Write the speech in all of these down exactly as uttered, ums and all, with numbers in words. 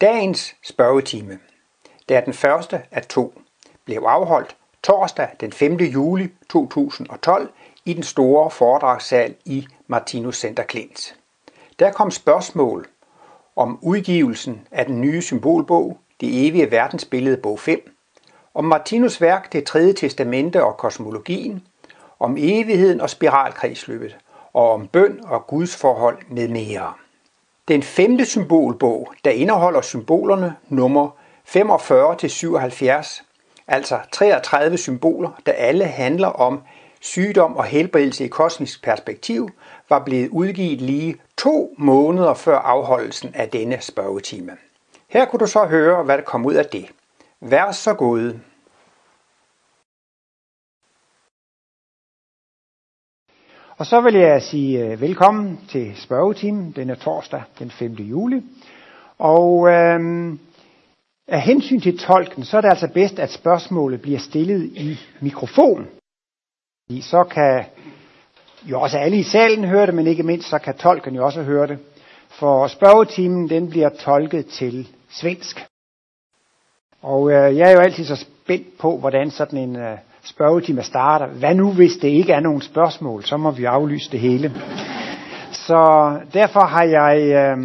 Dagens spørgetime, der er den første af to, blev afholdt torsdag den femte juli to tusind og tolv i den store foredragssal i Martinus Center Klint. Der kom spørgsmål om udgivelsen af den nye symbolbog, Det evige verdensbillede, bog fem, om Martinus værk Det tredje testamente og kosmologien, om evigheden og spiralkredsløbet, og om bøn og Guds forhold med mere. Den femte symbolbog, der indeholder symbolerne nummer femogfyrre til syvoghalvfjerds, altså treogtredive symboler, der alle handler om sygdom og helbredelse i kosmisk perspektiv, var blevet udgivet lige to måneder før afholdelsen af denne spørgetime. Her kunne du så høre, hvad der kom ud af det. Vær så god. Og så vil jeg sige velkommen til spørgetimen denne torsdag den femte juli. Og øhm, af hensyn til tolken, så er det altså bedst, at spørgsmålet bliver stillet i mikrofon. Så kan jo også alle i salen høre det, men ikke mindst så kan tolken jo også høre det. For spørgetimen, den bliver tolket til svensk. Og øh, jeg er jo altid så spændt på, hvordan sådan en øh, spørgetime starter. Hvad nu, hvis det ikke er nogen spørgsmål? Så må vi aflyse det hele. Så derfor har jeg, øh,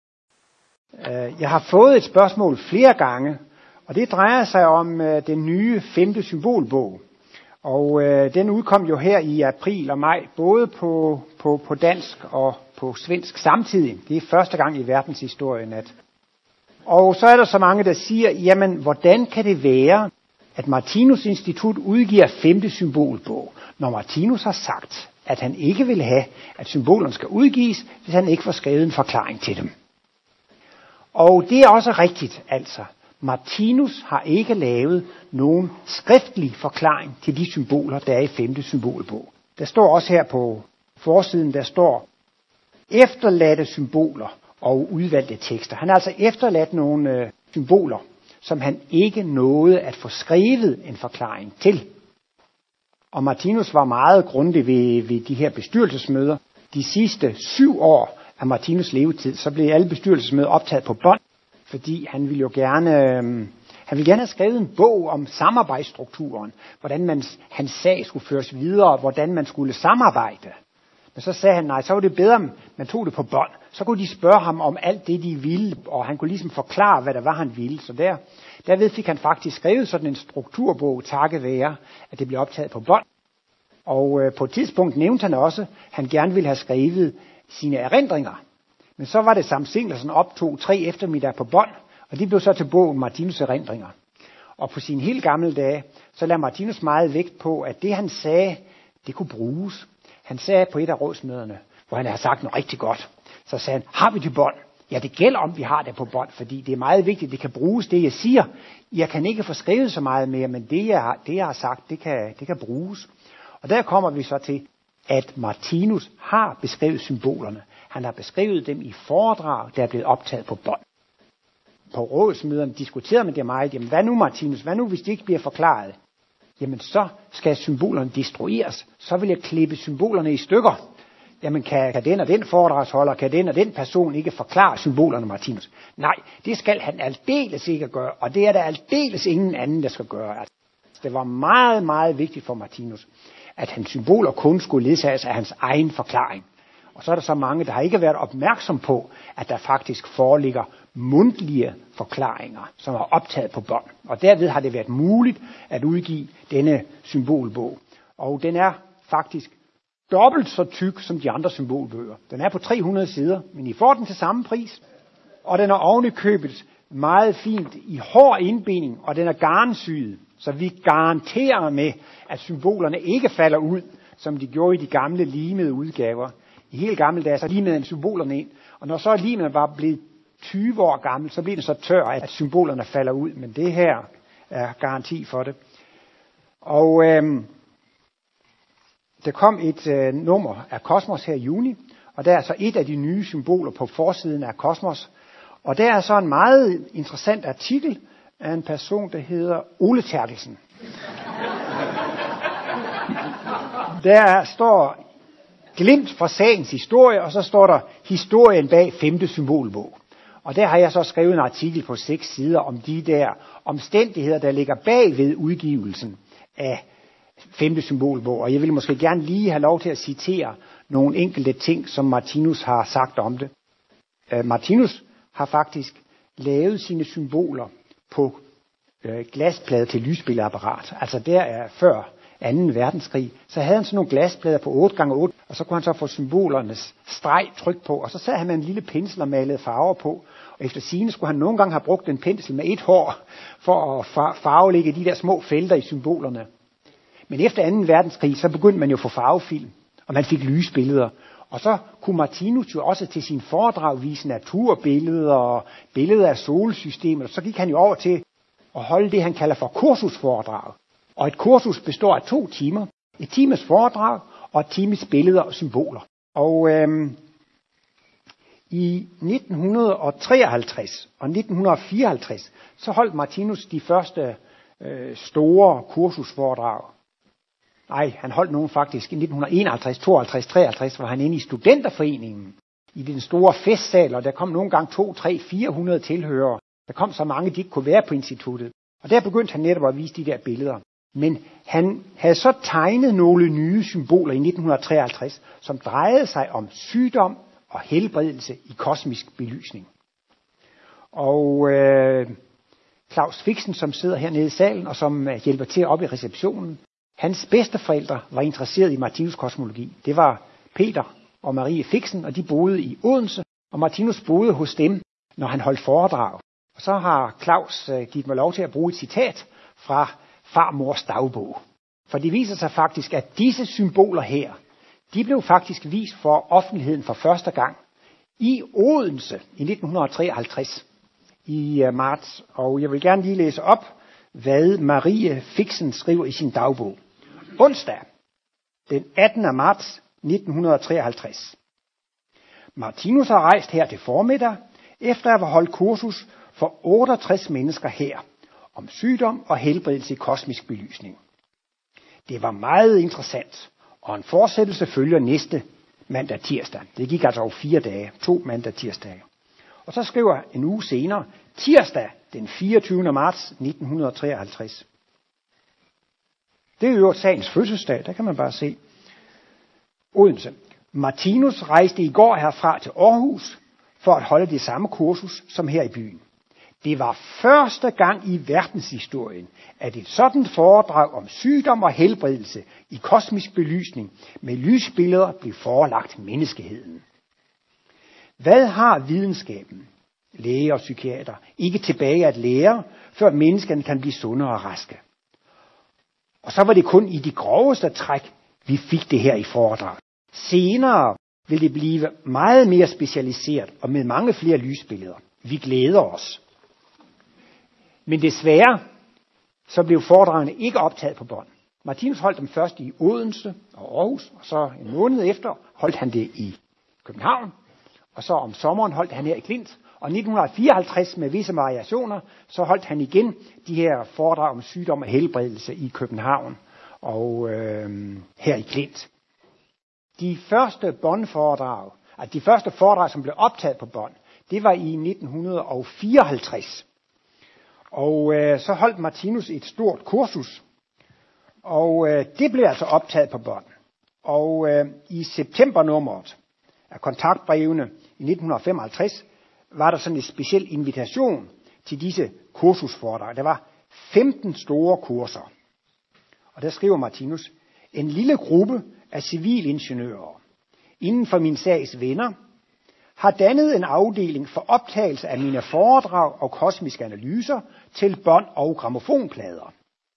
øh, jeg har fået et spørgsmål flere gange, og det drejer sig om øh, den nye femte symbolbog. Og øh, den udkom jo her i april og maj, både på, på, på dansk og på svensk samtidig. Det er første gang i verdenshistorien, at... Og så er der så mange, der siger, jamen, hvordan kan det være, at Martinus Institut udgiver femte symbolbog, når Martinus har sagt, at han ikke vil have, at symbolerne skal udgives, hvis han ikke får skrevet en forklaring til dem. Og det er også rigtigt, altså. Martinus har ikke lavet nogen skriftlig forklaring til de symboler, der er i femte symbolbog. Der står også her på forsiden, der står efterladte symboler og udvalgte tekster. Han har altså efterladt nogle øh, symboler, som han ikke nåede at få skrevet en forklaring til. Og Martinus var meget grundig ved, ved de her bestyrelsesmøder. De sidste syv år af Martinus levetid, så blev alle bestyrelsesmøder optaget på bånd, fordi han ville jo gerne, øh, han ville gerne have skrevet en bog om samarbejdsstrukturen, hvordan man, hans sag skulle føres videre, hvordan man skulle samarbejde. Men så sagde han, nej, så var det bedre, om man tog det på bånd. Så kunne de spørge ham om alt det, de ville, og han kunne ligesom forklare, hvad der var, han ville. Så der, derved fik han faktisk skrevet sådan en strukturbog, takket være, at det blev optaget på bånd. Og øh, på et tidspunkt nævnte han også, at han gerne ville have skrevet sine erindringer. Men så var det Sam Singlersen optog tre eftermiddag på bånd, og de blev så til bogen Martinus erindringer. Og på sine helt gamle dage, så lagde Martinus meget vægt på, at det han sagde, det kunne bruges. Han sagde på et af rådsmøderne, hvor han havde sagt noget rigtig godt, så sagde han, har vi det bånd? Ja, det gælder om, vi har det på bånd, fordi det er meget vigtigt, det kan bruges, det jeg siger. Jeg kan ikke få skrevet så meget mere, men det jeg har, det, jeg har sagt, det kan, det kan bruges. Og der kommer vi så til, at Martinus har beskrevet symbolerne. Han har beskrevet dem i foredrag, der er blevet optaget på bånd. På rådsmøderne diskuterede man det meget. Jamen hvad nu, Martinus? Hvad nu, hvis det ikke bliver forklaret? Jamen så skal symbolerne destrueres. Så vil jeg klippe symbolerne i stykker. Jamen kan, kan den og den foredragsholder, kan den og den person ikke forklare symbolerne, Martinus? Nej, det skal han aldeles ikke gøre, og det er der aldeles ingen anden, der skal gøre. Altså, det var meget, meget vigtigt for Martinus, at hans symboler kun skulle ledsages af hans egen forklaring. Og så er der så mange, der har ikke været opmærksom på, at der faktisk foreligger mundtlige forklaringer, som er optaget på bånd. Og derved har det været muligt at udgive denne symbolbog. Og den er faktisk dobbelt så tyk som de andre symbolbøger. Den er på tre hundrede sider, men I får den til samme pris. Og den er ovenikøbet meget fint i hård indbinding, og den er garnsyet. Så vi garanterer med, at symbolerne ikke falder ud, som de gjorde i de gamle limede udgaver. I helt gamle dage, så limede han symbolerne ind. Og når så limen var blevet tyve år gammel, så bliver det så tør, at symbolerne falder ud. Men det her er garanti for det. Og øhm, der kom et øh, nummer af Kosmos her i juni. Og der er så et af de nye symboler på forsiden af Kosmos. Og der er så en meget interessant artikel af en person, der hedder Ole Terkelsen. Der står glimt fra sagens historie, og så står der historien bag femte symbolbog. Og der har jeg så skrevet en artikel på seks sider om de der omstændigheder, der ligger bag ved udgivelsen af femte symbolbog. Og jeg vil måske gerne lige have lov til at citere nogle enkelte ting, som Martinus har sagt om det. Uh, Martinus har faktisk lavet sine symboler på uh, glasplade til lysbilleapparat. Altså der er før anden verdenskrig, så havde han sådan nogle glasplader på otte gange otte, og så kunne han så få symbolernes streg tryk på, og så sad han med en lille pensel og malede farver på. Og efter sigende skulle han nogle gange have brugt en pensel med et hår, for at farvelægge de der små felter i symbolerne. Men efter anden verdenskrig, så begyndte man jo at få farvefilm, og man fik lysbilleder. Og så kunne Martinus jo også til sin foredrag vise naturbilleder og billeder af solsystemet, og så gik han jo over til at holde det, han kalder for kursusforedrag. Og et kursus består af to timer. Et times foredrag og et times billeder og symboler. Og øhm, i nitten treoghalvtreds og nitten fireoghalvtreds, så holdt Martinus de første øh, store kursusforedrag. Nej, han holdt nogen faktisk i nitten enoghalvtreds, tooghalvtreds, treoghalvtreds, var han inde i studenterforeningen. I den store festsal, og der kom nogle gange to, tre, firehundrede tilhørere. Der kom så mange, de ikke kunne være på instituttet. Og der begyndte han netop at vise de der billeder. Men han havde så tegnet nogle nye symboler i nitten treoghalvtreds, som drejede sig om sygdom og helbredelse i kosmisk belysning. Og øh, Claus Fixen, som sidder hernede i salen og som hjælper til op i receptionen, hans bedsteforældre var interesseret i Martinus kosmologi. Det var Peter og Marie Fixen, og de boede i Odense, og Martinus boede hos dem, når han holdt foredrag. Og så har Claus øh, givet mig lov til at bruge et citat fra farmors dagbog. For det viser sig faktisk, at disse symboler her, de blev faktisk vist for offentligheden for første gang i Odense i nitten treoghalvtreds i marts. Og jeg vil gerne lige læse op, hvad Marie Fixen skriver i sin dagbog. Onsdag, den attende marts nitten treoghalvtreds. Martinus har rejst her til formiddag, efter at have holdt kursus for otteogtres mennesker her, om sygdom og helbredelse i kosmisk belysning. Det var meget interessant, og en fortsættelse følger næste mandag tirsdag. Det gik altså over fire dage, to mandag tirsdage. Og så skriver en uge senere, tirsdag den fireogtyvende marts nitten treoghalvtreds. Det er jo sagens fødselsdag, der kan man bare se. Odense. Martinus rejste i går herfra til Aarhus for at holde det samme kursus som her i byen. Det var første gang i verdenshistorien, at et sådan foredrag om sygdom og helbredelse i kosmisk belysning med lysbilleder blev forelagt menneskeheden. Hvad har videnskaben, læger og psykiater, ikke tilbage at lære, før menneskene kan blive sunde og raske? Og så var det kun i de groveste træk, vi fik det her i foredrag. Senere vil det blive meget mere specialiseret og med mange flere lysbilleder. Vi glæder os. Men desværre, så blev foredragene ikke optaget på bånd. Martinus holdt dem først i Odense og Aarhus, og så en måned efter holdt han det i København, og så om sommeren holdt han her i Klint. Og nitten fireoghalvtreds med visse variationer, så holdt han igen de her foredrag om sygdom og helbredelse i København og øh, her i Klint. De første båndforedrag, altså de første foredrag, som blev optaget på bånd, det var i nitten fireoghalvtreds. Og øh, så holdt Martinus et stort kursus, og øh, det blev altså optaget på bånd. Og øh, i septembernummeret af kontaktbrevene i nitten femoghalvtreds var der sådan en speciel invitation til disse kursusforedrag. Der var femten store kurser. Og der skriver Martinus, en lille gruppe af civilingeniører inden for min sags venner har dannet en afdeling for optagelse af mine foredrag og kosmiske analyser til bånd og grammofonplader.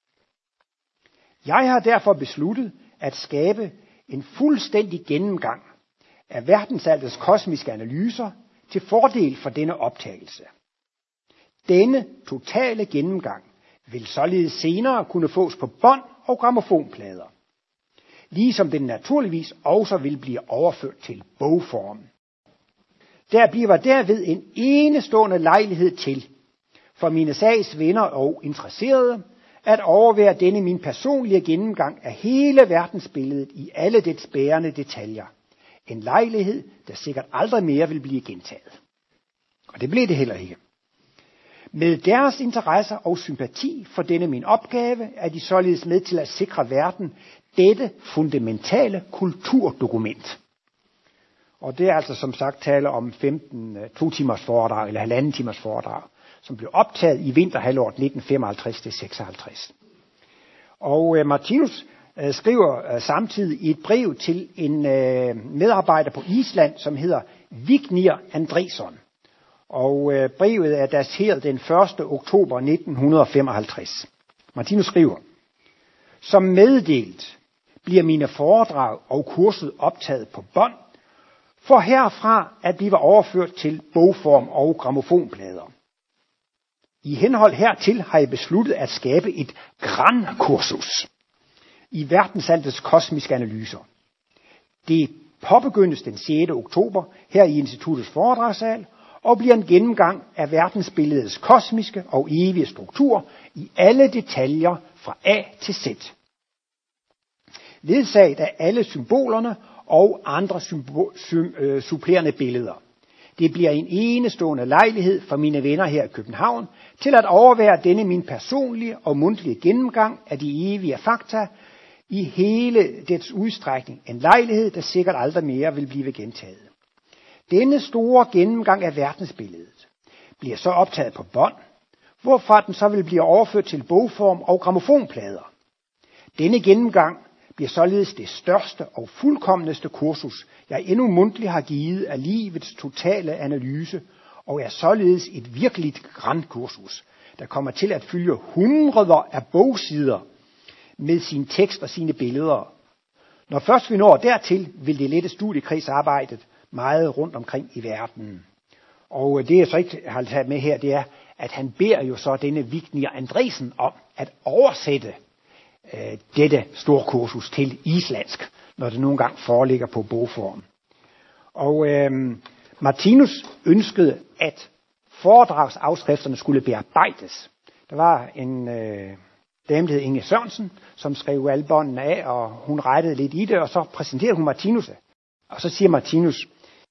Jeg har derfor besluttet at skabe en fuldstændig gennemgang af verdensaltets kosmiske analyser til fordel for denne optagelse. Denne totale gennemgang vil således senere kunne fås på bånd og grammofonplader, ligesom den naturligvis også vil blive overført til bogform. Der bliver derved en enestående lejlighed til for mine sags venner og interesserede at overvære denne min personlige gennemgang af hele verdensbilledet i alle dets bærende detaljer. En lejlighed, der sikkert aldrig mere vil blive gentaget. Og Og det blev det heller ikke. Med deres interesser og sympati for denne min opgave, er de således med til at sikre verden dette fundamentale kulturdokument. Og det er altså som sagt tale om femten to timers foredrag, eller halvanden timers foredrag, som blev optaget i vinterhalvåret nitten femoghalvtreds til seksoghalvtreds. Og øh, Martinus øh, skriver øh, samtidig i et brev til en øh, medarbejder på Island, som hedder Vignir Andresson. Og øh, brevet er dateret den første oktober nitten femoghalvtreds. Martinus skriver: Som meddelt bliver mine foredrag og kurset optaget på bånd, for herfra at blive overført til bogform og grammofonplader. I henhold hertil har jeg besluttet at skabe et Gran-kursus i verdenssaltets kosmiske analyser. Det påbegyndes den sjette oktober her i instituttets foredragssal, og bliver en gennemgang af verdensbilledets kosmiske og evige struktur i alle detaljer fra A til Z. Ledsaget af alle symbolerne og andre symbo- sym- øh, supplerende billeder. Det bliver en enestående lejlighed for mine venner her i København til at overvære denne min personlige og mundtlige gennemgang af de evige fakta i hele dets udstrækning. En lejlighed, der sikkert aldrig mere vil blive gentaget. Denne store gennemgang af verdensbilledet bliver så optaget på bånd, hvorfra den så vil blive overført til bogform og grammofonplader. Denne gennemgang bliver således det største og fuldkommeneste kursus, jeg endnu mundtligt har givet af livets totale analyse, og er således et virkeligt grandkursus, der kommer til at fylde hundreder af bogsider med sin tekst og sine billeder. Når først vi når dertil, vil det lette studiekredsarbejdet meget rundt omkring i verden. Og det jeg så ikke har taget med her, det er, at han beder jo så denne Vignir Andresson om at oversætte øh, dette store kursus til islandsk, når det nogle gange foreligger på bogform. Og øh, Martinus ønskede, at foredragsafskrifterne skulle bearbejdes. Der var en øh, dame, der hed Inge Sørensen, som skrev alle båndene af, og hun rettede lidt i det, og så præsenterede hun Martinus. Og så siger Martinus,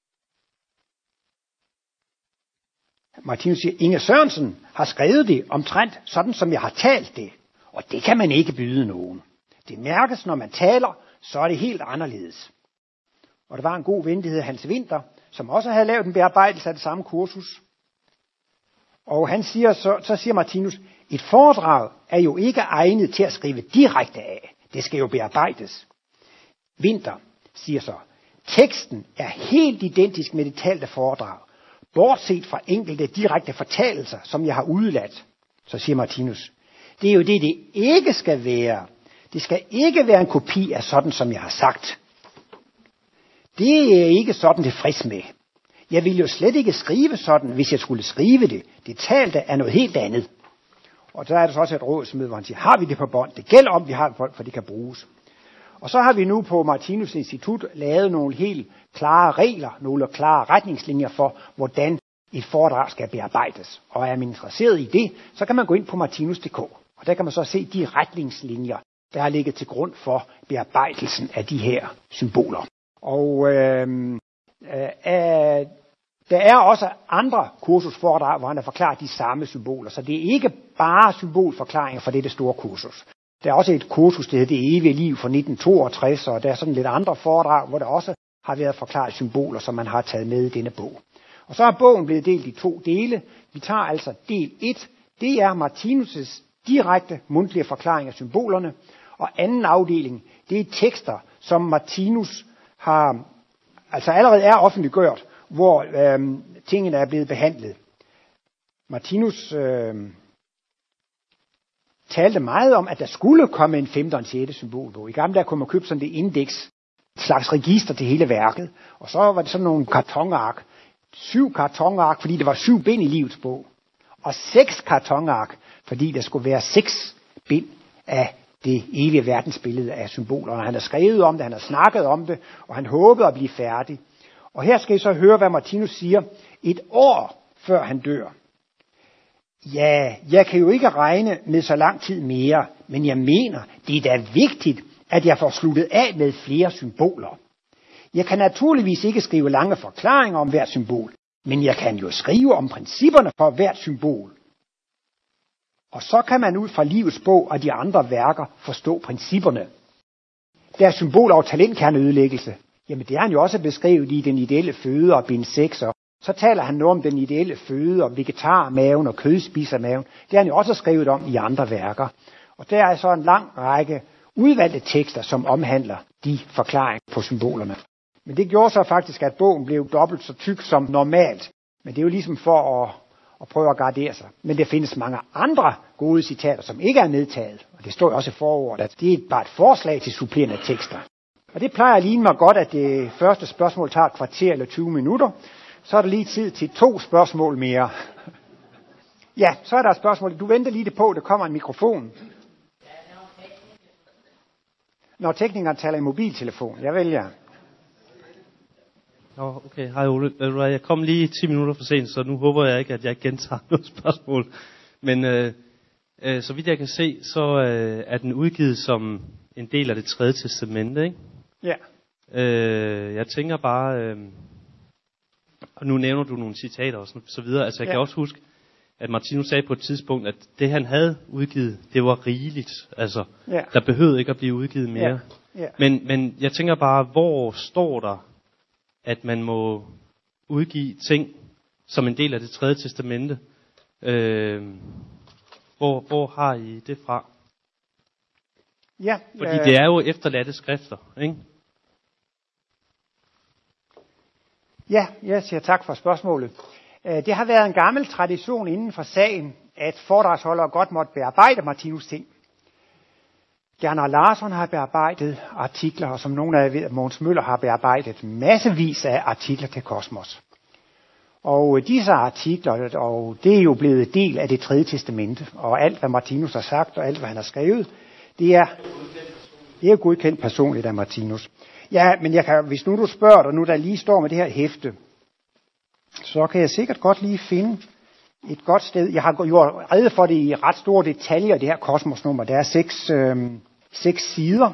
Martinus siger, Inge Sørensen har skrevet det omtrent sådan, som jeg har talt det. Og det kan man ikke byde nogen. Det mærkes, når man taler, så er det helt anderledes. Og der var en god ven, der hed Hans Winter, som også havde lavet en bearbejdelse af det samme kursus. Og han siger, så, så siger Martinus, et foredrag er jo ikke egnet til at skrive direkte af. Det skal jo bearbejdes. Winter siger så, teksten er helt identisk med det talte foredrag, bortset fra enkelte direkte fortalelser, som jeg har udeladt. Så siger Martinus, det er jo det, det ikke skal være. Det skal ikke være en kopi af sådan, som jeg har sagt. Det er ikke sådan tilfreds med. Jeg ville jo slet ikke skrive sådan, hvis jeg skulle skrive det. Det talte er noget helt andet. Og der er der så også et rådsmøde, hvor han siger, har vi det på bånd? Det gælder om, vi har det på bånd, for det kan bruges. Og så har vi nu på Martinus Institut lavet nogle helt klare regler, nogle klare retningslinjer for, hvordan et foredrag skal bearbejdes. Og er man interesseret i det, så kan man gå ind på martinus punktum d k. Og der kan man så se de retningslinjer, der har ligget til grund for bearbejdelsen af de her symboler. Og øh, øh, der er også andre kursusforedrag, hvor han har forklaret de samme symboler. Så det er ikke bare symbolforklaringer for dette store kursus. Der er også et kursus, der hedder Det evige liv fra nitten toogtres, og der er sådan lidt andre foredrag, hvor der også har været forklaret symboler, som man har taget med i denne bog. Og så er bogen blevet delt i to dele. Vi tager altså del et. Det er Martinus' direkte mundtlige forklaring af symbolerne. Og anden afdeling, det er tekster, som Martinus har, altså allerede er offentliggjort, hvor øh, tingene er blevet behandlet. Martinus øh, talte meget om, at der skulle komme en femte og en sjette symbolbog. I gamle dage kunne man købe sådan det indeks, et slags register til hele værket. Og så var det sådan nogle kartonark. Syv kartonark, fordi der var syv bind i livets bog. Og seks kartonark, fordi der skulle være seks bind af det evige verdensbillede af symboler. Han har skrevet om det, han har snakket om det, og han håbede at blive færdig. Og her skal I så høre, hvad Martinus siger et år før han dør. Ja, jeg kan jo ikke regne med så lang tid mere, men jeg mener, det er da vigtigt, at jeg får sluttet af med flere symboler. Jeg kan naturligvis ikke skrive lange forklaringer om hver symbol, Men jeg kan jo skrive om principperne for hvert symbol. Og så kan man ud fra Livets bog og de andre værker forstå principperne. Der er symbol over talentkerneødelæggelse. Jamen det er han jo også beskrevet i Den ideelle føde og bind seks. Så taler han noget om den ideelle føde og vegetarmaven og kødspisermaven. Det har han jo også skrevet om i andre værker. Og der er så en lang række udvalgte tekster, som omhandler de forklaringer på symbolerne. Men det gjorde så faktisk, at bogen blev dobbelt så tyk som normalt. Men det er jo ligesom for at, at prøve at gardere sig. Men der findes mange andre gode citater, som ikke er nedtaget. Og det står også i forordet, at det er bare et forslag til supplerende tekster. Og det plejer at ligne mig godt, at det første spørgsmål tager et kvarter eller tyve minutter. Så er der lige tid til to spørgsmål mere. Ja, så er der et spørgsmål. Du venter lige på, at der kommer en mikrofon. Når teknikeren taler i mobiltelefon, jeg vælger. Nå, okay. Hej Ole. Jeg kom lige ti minutter for sent, så nu håber jeg ikke, at jeg gentager noget spørgsmål. Men øh, øh, så vidt jeg kan se, så øh, er den udgivet som en del af det tredje testamente, ikke? Ja. Øh, jeg tænker bare, øh, og nu nævner du nogle citater og så videre. Altså jeg ja. kan også huske, at Martinus sagde på et tidspunkt, at det han havde udgivet, det var rigeligt. Altså, ja. der behøvede ikke at blive udgivet mere. Ja. Ja. Men, men jeg tænker bare, hvor står der, at man må udgive ting som en del af det tredje testamente? Øh, hvor, hvor har I det fra? Ja. Fordi øh... det er jo efterladte skrifter, ikke? Ja, jeg siger tak for spørgsmålet. Det har været en gammel tradition inden for sagen, at foredragsholdere godt måtte bearbejde Martinus ting. Gerner Larsson har bearbejdet artikler, og som nogle af jer ved, at Mogens Møller har bearbejdet massevis af artikler til Kosmos. Og disse artikler, og det er jo blevet del af det tredje testamente, og alt hvad Martinus har sagt, og alt hvad han har skrevet, det er, det er godkendt personligt af Martinus. Ja, men jeg kan, hvis nu du spørger dig, nu der lige står med det her hæfte, så kan jeg sikkert godt lige finde et godt sted. Jeg har gjort rede for det i ret store detaljer, det her kosmosnummer. Der er seks, øh, seks sider,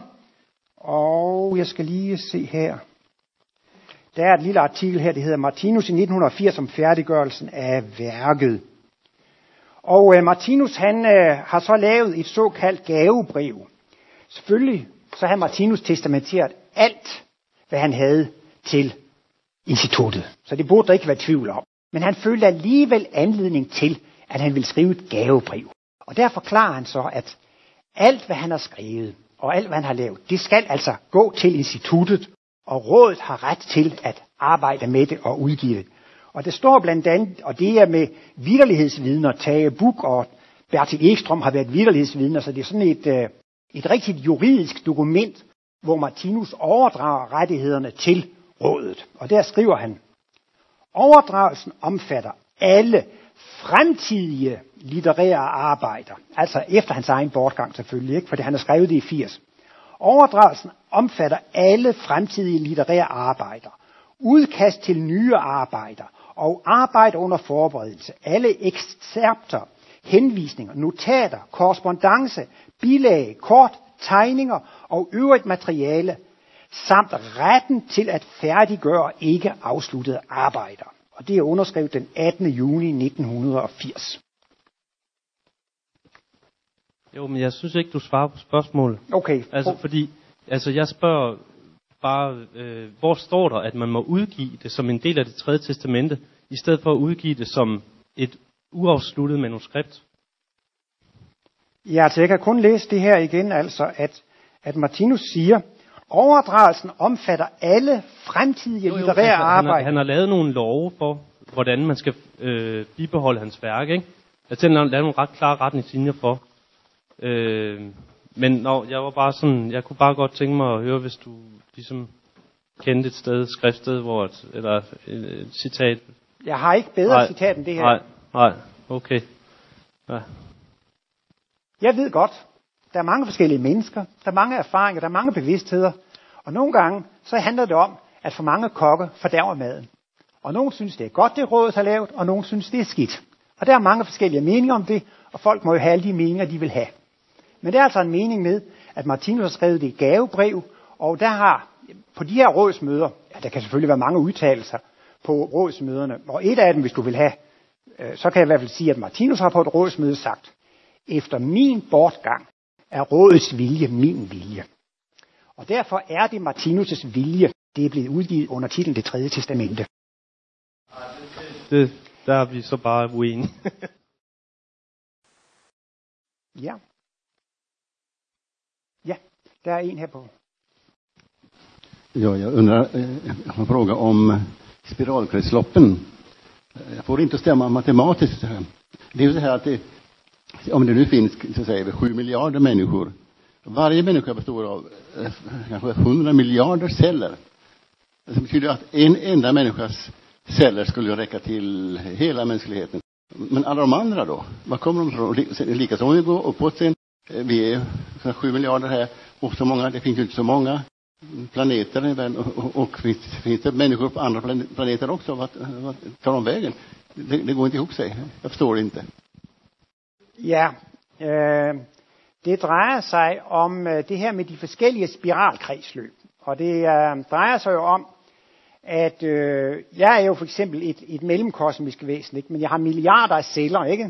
og jeg skal lige se her. Der er et lille artikel her, det hedder Martinus i nitten firs om færdiggørelsen af værket. Og øh, Martinus han øh, har så lavet et såkaldt gavebrev. Selvfølgelig så har Martinus testamenteret alt, hvad han havde til instituttet. Så det burde der ikke være tvivl om. Men han følte alligevel anledning til, at han ville skrive et gavebrev. Og der forklarer han så, at alt, hvad han har skrevet, og alt, hvad han har lavet, det skal altså gå til instituttet, og rådet har ret til at arbejde med det og udgive det. Og det står blandt andet, og det er med vitterlighedsvidner, Tage Buch og Bertil Ekstrøm har været vitterlighedsvidner, så det er sådan et, et rigtigt juridisk dokument, hvor Martinus overdrager rettighederne til rådet. Og der skriver han, overdragelsen omfatter alle fremtidige litterære arbejder, altså efter hans egen bortgang selvfølgelig, ikke? For han har skrevet det i firs. Overdragelsen omfatter alle fremtidige litterære arbejder, udkast til nye arbejder og arbejder under forberedelse, alle ekserpter, henvisninger, notater, korrespondance, bilag, kort, tegninger og øvrigt materiale, samt retten til at færdiggøre ikke afsluttede arbejder. Og det er underskrevet den attende juni nitten firs. Jo, men jeg synes ikke, du svarer på spørgsmålet. Okay. Altså, fordi, altså jeg spørger bare, øh, hvor står der, at man må udgive det som en del af det tredje testamente, i stedet for at udgive det som et uafsluttet manuskript? Ja, altså jeg kan kun læse det her igen, altså at, at Martinus siger, overdragelsen omfatter alle fremtidige jo, jo, litterære altså, arbejder. Han har, han har lavet nogle love for, hvordan man skal øh, bibeholde hans værk, ikke? Jeg tænker, han har lavet nogle ret klare retningslinjer for. Øh, men nå, jeg var bare sådan, jeg kunne bare godt tænke mig at høre, hvis du ligesom kendte et sted, skriftsted, hvor et, eller et, et citat. Jeg har ikke bedre nej, citat end det her. Nej, nej, okay. Ja. Jeg ved godt, der er mange forskellige mennesker, der er mange erfaringer, der er mange bevidstheder, og nogle gange så handler det om, at for mange kokke fordærver maden. Og nogen synes, det er godt, det rådet har lavet, og nogen synes, det er skidt. Og der er mange forskellige meninger om det, og folk må jo have alle de meninger, de vil have. Men der er altså en mening med, at Martinus har skrevet det i gavebrev, og der har på de her rådsmøder, ja, der kan selvfølgelig være mange udtalelser, på rådsmøderne. Og et af dem, hvis du vil have, så kan jeg i hvert fald sige, at Martinus har på et rådsmøde sagt, efter min bortgang er rådets vilje min vilje. Og derfor er det Martinus' vilje, det er blevet udgivet under titlen Det tredje testamente. Det, der er vi så bare uenige. Ja. Ja, der er en her på. Ja, jag undrar, jag har en fråga om spiralkretsloppen. Jag får inte stämma matematiskt. Det är ju så här att det, om det nu finns så säger vi sju miljarder människor. Varje människa består av eh, kanske hundra miljarder celler. Det betyder att en enda människas celler skulle räcka till hela mänskligheten. Men alla de andra då? Vad kommer de från? Likaså om vi går uppåt sen. Vi är sju miljarder här. Och så många, det finns ju inte så många planeter i världen. Och, och finns, finns det människor på andra planeter också? Vad, vad tar de vägen? Det, det går inte ihop sig. Jag förstår inte. Ja, øh, det drejer sig om øh, det her med de forskellige spiralkredsløb. Og det øh, drejer sig jo om, at øh, jeg er jo for eksempel et, et mellemkosmisk væsen, ikke? Men jeg har milliarder af celler, ikke?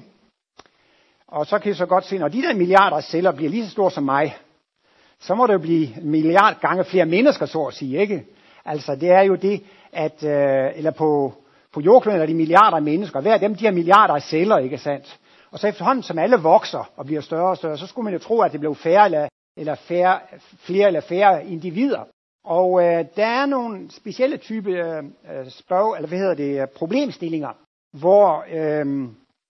Og så kan jeg så godt se, når de der milliarder af celler bliver lige så store som mig, så må det jo blive en milliard gange flere mennesker, så at sige, ikke? Altså det er jo det, at, øh, eller på, på jordkloden er de milliarder af mennesker, hver af dem de har milliarder af celler, ikke sandt? Og så efterhånden, som alle vokser og bliver større og større, så skulle man jo tro, at det blev færre eller, eller færre, flere eller færre individer. Og øh, der er nogle specielle type øh, spørg, eller hvad hedder det, problemstillinger, hvor øh,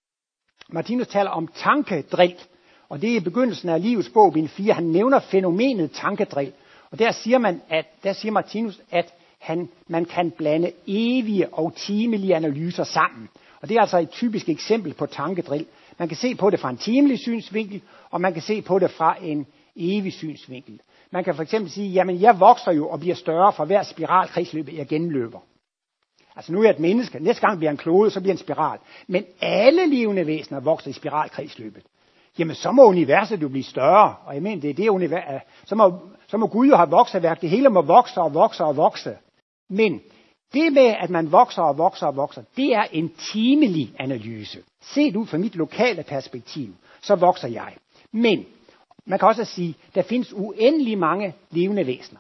Martinus taler om tankedrill. Og det er i begyndelsen af livets bog, bind fire. Han nævner fænomenet tankedrill. Og der siger man, at der siger Martinus, at han, man kan blande evige og timelige analyser sammen. Og det er altså et typisk eksempel på tankedrill. Man kan se på det fra en timelig synsvinkel, og man kan se på det fra en evig synsvinkel. Man kan for eksempel sige, jamen jeg vokser jo og bliver større for hver spiralkredsløb, jeg gennemløber. Altså nu er jeg et menneske, næste gang bliver en klode, så bliver en spiral. Men alle levende væsener vokser i spiralkredsløbet. Jamen så må universet jo blive større, og jeg mener, det er det univers, så må, så må Gud jo have vokseværk, det hele må vokse og vokse og vokse. Men det med, at man vokser og vokser og vokser, det er en timelig analyse. Set ud fra mit lokale perspektiv, så vokser jeg. Men man kan også sige, der findes uendelig mange levende væsener.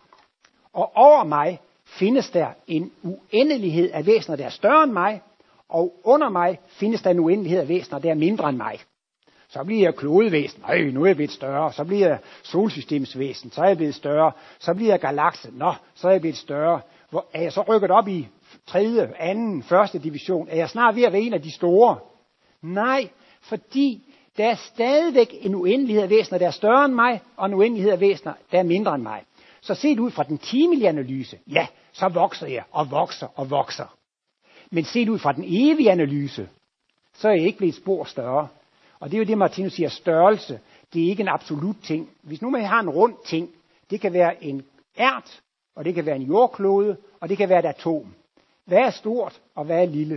Og over mig findes der en uendelighed af væsener, der er større end mig, og under mig findes der en uendelighed af væsener, der er mindre end mig. Så bliver jeg klodevæsen, øj, nu er jeg blevet større. Så bliver jeg solsystemsvæsen, så er jeg blevet større. Så bliver jeg galakse, nå, så er jeg blevet større. Hvor er jeg så rykket op i tredje, anden, første division? Er jeg snart ved at være en af de store? Nej, fordi der er stadigvæk en uendelighed af væsener, der er større end mig, og en uendelighed af væsener, der er mindre end mig. Så set ud fra den timelige analyse, ja, så vokser jeg og vokser og vokser. Men set ud fra den evige analyse, så er jeg ikke blevet spor større. Og det er jo det, Martinus siger, størrelse, det er ikke en absolut ting. Hvis nu man har en rund ting, det kan være en ært, og det kan være en jordklode, og det kan være et atom. Hvad er stort, og hvad er lille?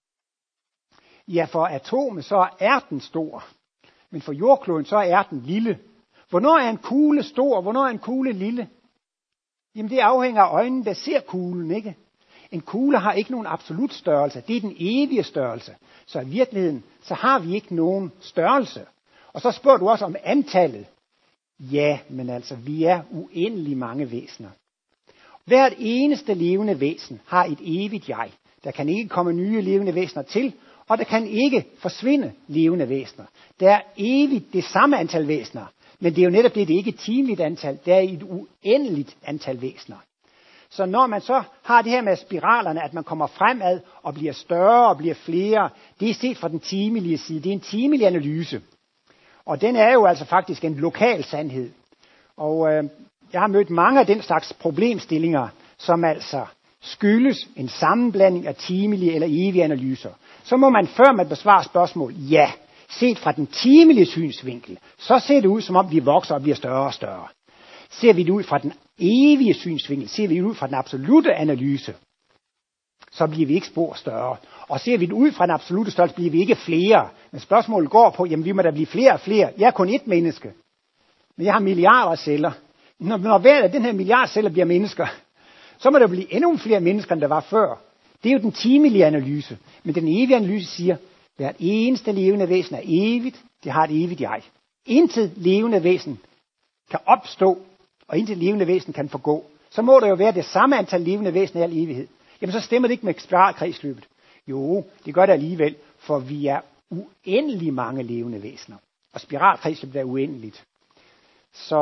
Ja, for atomet, så er ærten stor. Men for jordkloden, så er ærten lille. Hvornår er en kugle stor, hvornår er en kugle lille? Jamen, det afhænger af øjnene, der ser kuglen, ikke? En kugle har ikke nogen absolut størrelse. Det er den evige størrelse. Så i virkeligheden, så har vi ikke nogen størrelse. Og så spørger du også om antallet. Ja, men altså, vi er uendelig mange væsener. Hvert eneste levende væsen har et evigt jeg. Der kan ikke komme nye levende væsener til, og der kan ikke forsvinde levende væsener. Der er evigt det samme antal væsener, men det er jo netop det, det er ikke et timeligt antal, det er et uendeligt antal væsener. Så når man så har det her med spiralerne, at man kommer fremad og bliver større og bliver flere, det er set fra den timelige side, det er en timelig analyse. Og den er jo altså faktisk en lokal sandhed. Og øh, jeg har mødt mange af den slags problemstillinger, som altså skyldes en sammenblanding af timelige eller evige analyser. Så må man, før man besvarer spørgsmål, ja, set fra den timelige synsvinkel, så ser det ud, som om vi vokser og bliver større og større. Ser vi det ud fra den evige synsvinkel, ser vi det ud fra den absolute analyse, så bliver vi ikke spor større. Og ser vi det ud fra den absolute størrelse, bliver vi ikke flere. Men spørgsmålet går på, jamen vi må da blive flere og flere. Jeg er kun ét menneske, men jeg har milliarder af celler. Når, når hver af den her milliard celler bliver mennesker, så må der blive endnu flere mennesker, end der var før. Det er jo den timelige analyse. Men den evige analyse siger, at hvert eneste levende væsen er evigt. Det har et evigt jeg. Intet levende væsen kan opstå, og intet levende væsen kan forgå. Så må der jo være det samme antal levende væsener i al evighed. Jamen så stemmer det ikke med spiralkredsløbet. Jo, det gør det alligevel, for vi er uendelig mange levende væsener. Og spiralkredsløbet er uendeligt. Så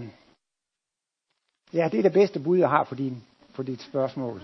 ja, det er det bedste bud, jeg har for, din, for dit spørgsmål.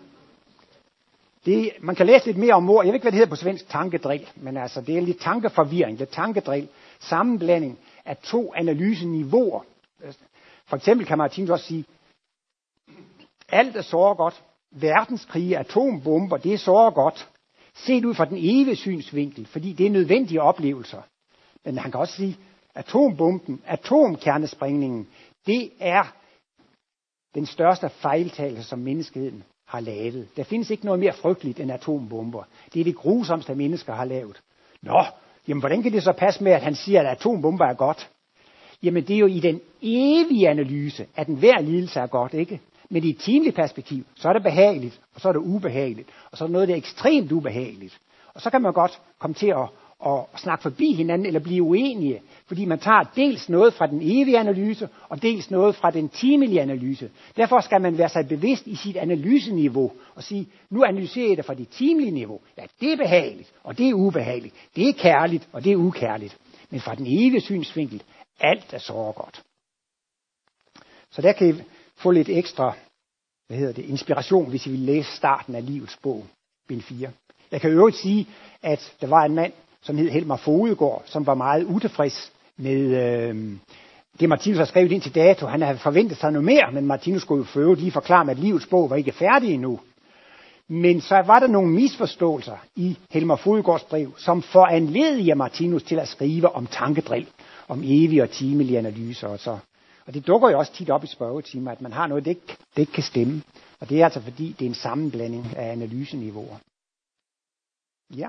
Det, man kan læse lidt mere om ord. Jeg ved ikke, hvad det hedder på svensk, tankedrill. Men altså, det er lidt tankeforvirring, det er tankedrill. Sammenblanding af to analyseniveauer. For eksempel kan Martinus også sige, alt er så godt. Verdenskrige, atombomber, det er så godt. Set ud fra den evige synsvinkel, fordi det er nødvendige oplevelser. Men han kan også sige, atombomben, atomkernesprængningen, det er den største fejltagelse, som menneskeheden har lavet. Der findes ikke noget mere frygteligt end atombomber. Det er det grusomste, mennesker har lavet. Nå, jamen hvordan kan det så passe med, at han siger, at atombomber er godt? Jamen det er jo i den evige analyse, at enhver lidelse er godt, ikke? Men i et timeligt perspektiv, så er det behageligt, og så er det ubehageligt, og så er det noget, der er ekstremt ubehageligt. Og så kan man godt komme til at, at snakke forbi hinanden, eller blive uenige, fordi man tager dels noget fra den evige analyse, og dels noget fra den timelige analyse. Derfor skal man være sig bevidst i sit analyseniveau, og sige, nu analyserer jeg det fra det timelige niveau. Ja, det er behageligt, og det er ubehageligt. Det er kærligt, og det er ukærligt. Men fra den evige synsvinkel, alt er så godt. Så der kan I få lidt ekstra, hvad hedder det, inspiration, hvis I vil læse starten af livets bog, bind fire. Jeg kan i øvrigt sige, at der var en mand, som hed Helmer Fodegaard, som var meget utilfreds med øh, det, Martinus har skrevet ind til dato. Han havde forventet sig noget mere, men Martinus skulle jo for øvrigt lige forklare, at livets bog var ikke færdig endnu. Men så var der nogle misforståelser i Helmer Fodegaards brev, som foranlediger Martinus til at skrive om tankedrill, om evige og timelige analyser og så. Og det dukker jo også tit op i spørgetimer, at man har noget, det ikke, det ikke kan stemme. Og det er altså fordi, det er en sammenblanding af analyseniveauer. Ja.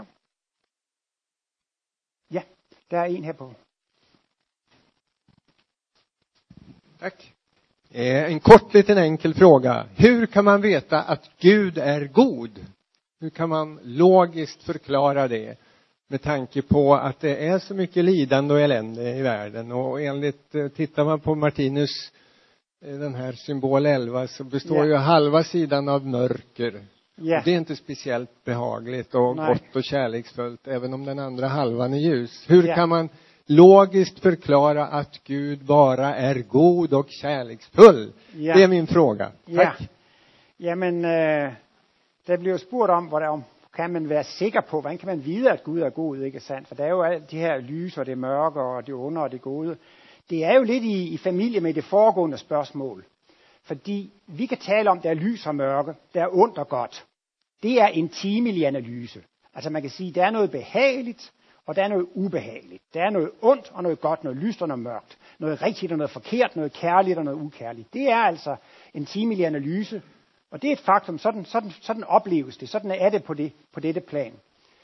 Ja, der er en her på. Tack. En kort liten enkel fråga. Hur kan man veta att Gud är god? Hur kan man logiskt förklara det? Med tanke på att det är så mycket lidande och elände i världen. Och enligt, tittar man på Martinus, den här symbol elva, så består yeah. ju halva sidan av mörker. Yeah. Det är inte speciellt behagligt och Nej. gott och kärleksfullt, även om den andra halvan är ljus. Hur yeah. kan man logiskt förklara att Gud bara är god och kärleksfull? Yeah. Det är min fråga. Tack. Yeah. Jamen, øh, der bliver spurgt om, hvordan kan man være sikker på, hvordan kan man vide, at Gud er god, ikke sandt? For der er jo alt de her lys og det mørke og det onde og det gode. Det er jo lidt i, i familie med det foregående spørgsmål. Fordi vi kan tale om, der er lys og mørke, der er ondt og godt. Det er en timelig analyse. Altså man kan sige, der er noget behageligt, og der er noget ubehageligt. Der er noget ondt og noget godt, noget lyst og noget mørkt. Noget rigtigt og noget forkert, noget kærligt og noget ukærligt. Det er altså en timelig analyse. Og det er et faktum, sådan, sådan, sådan opleves det, sådan er det på, det på dette plan.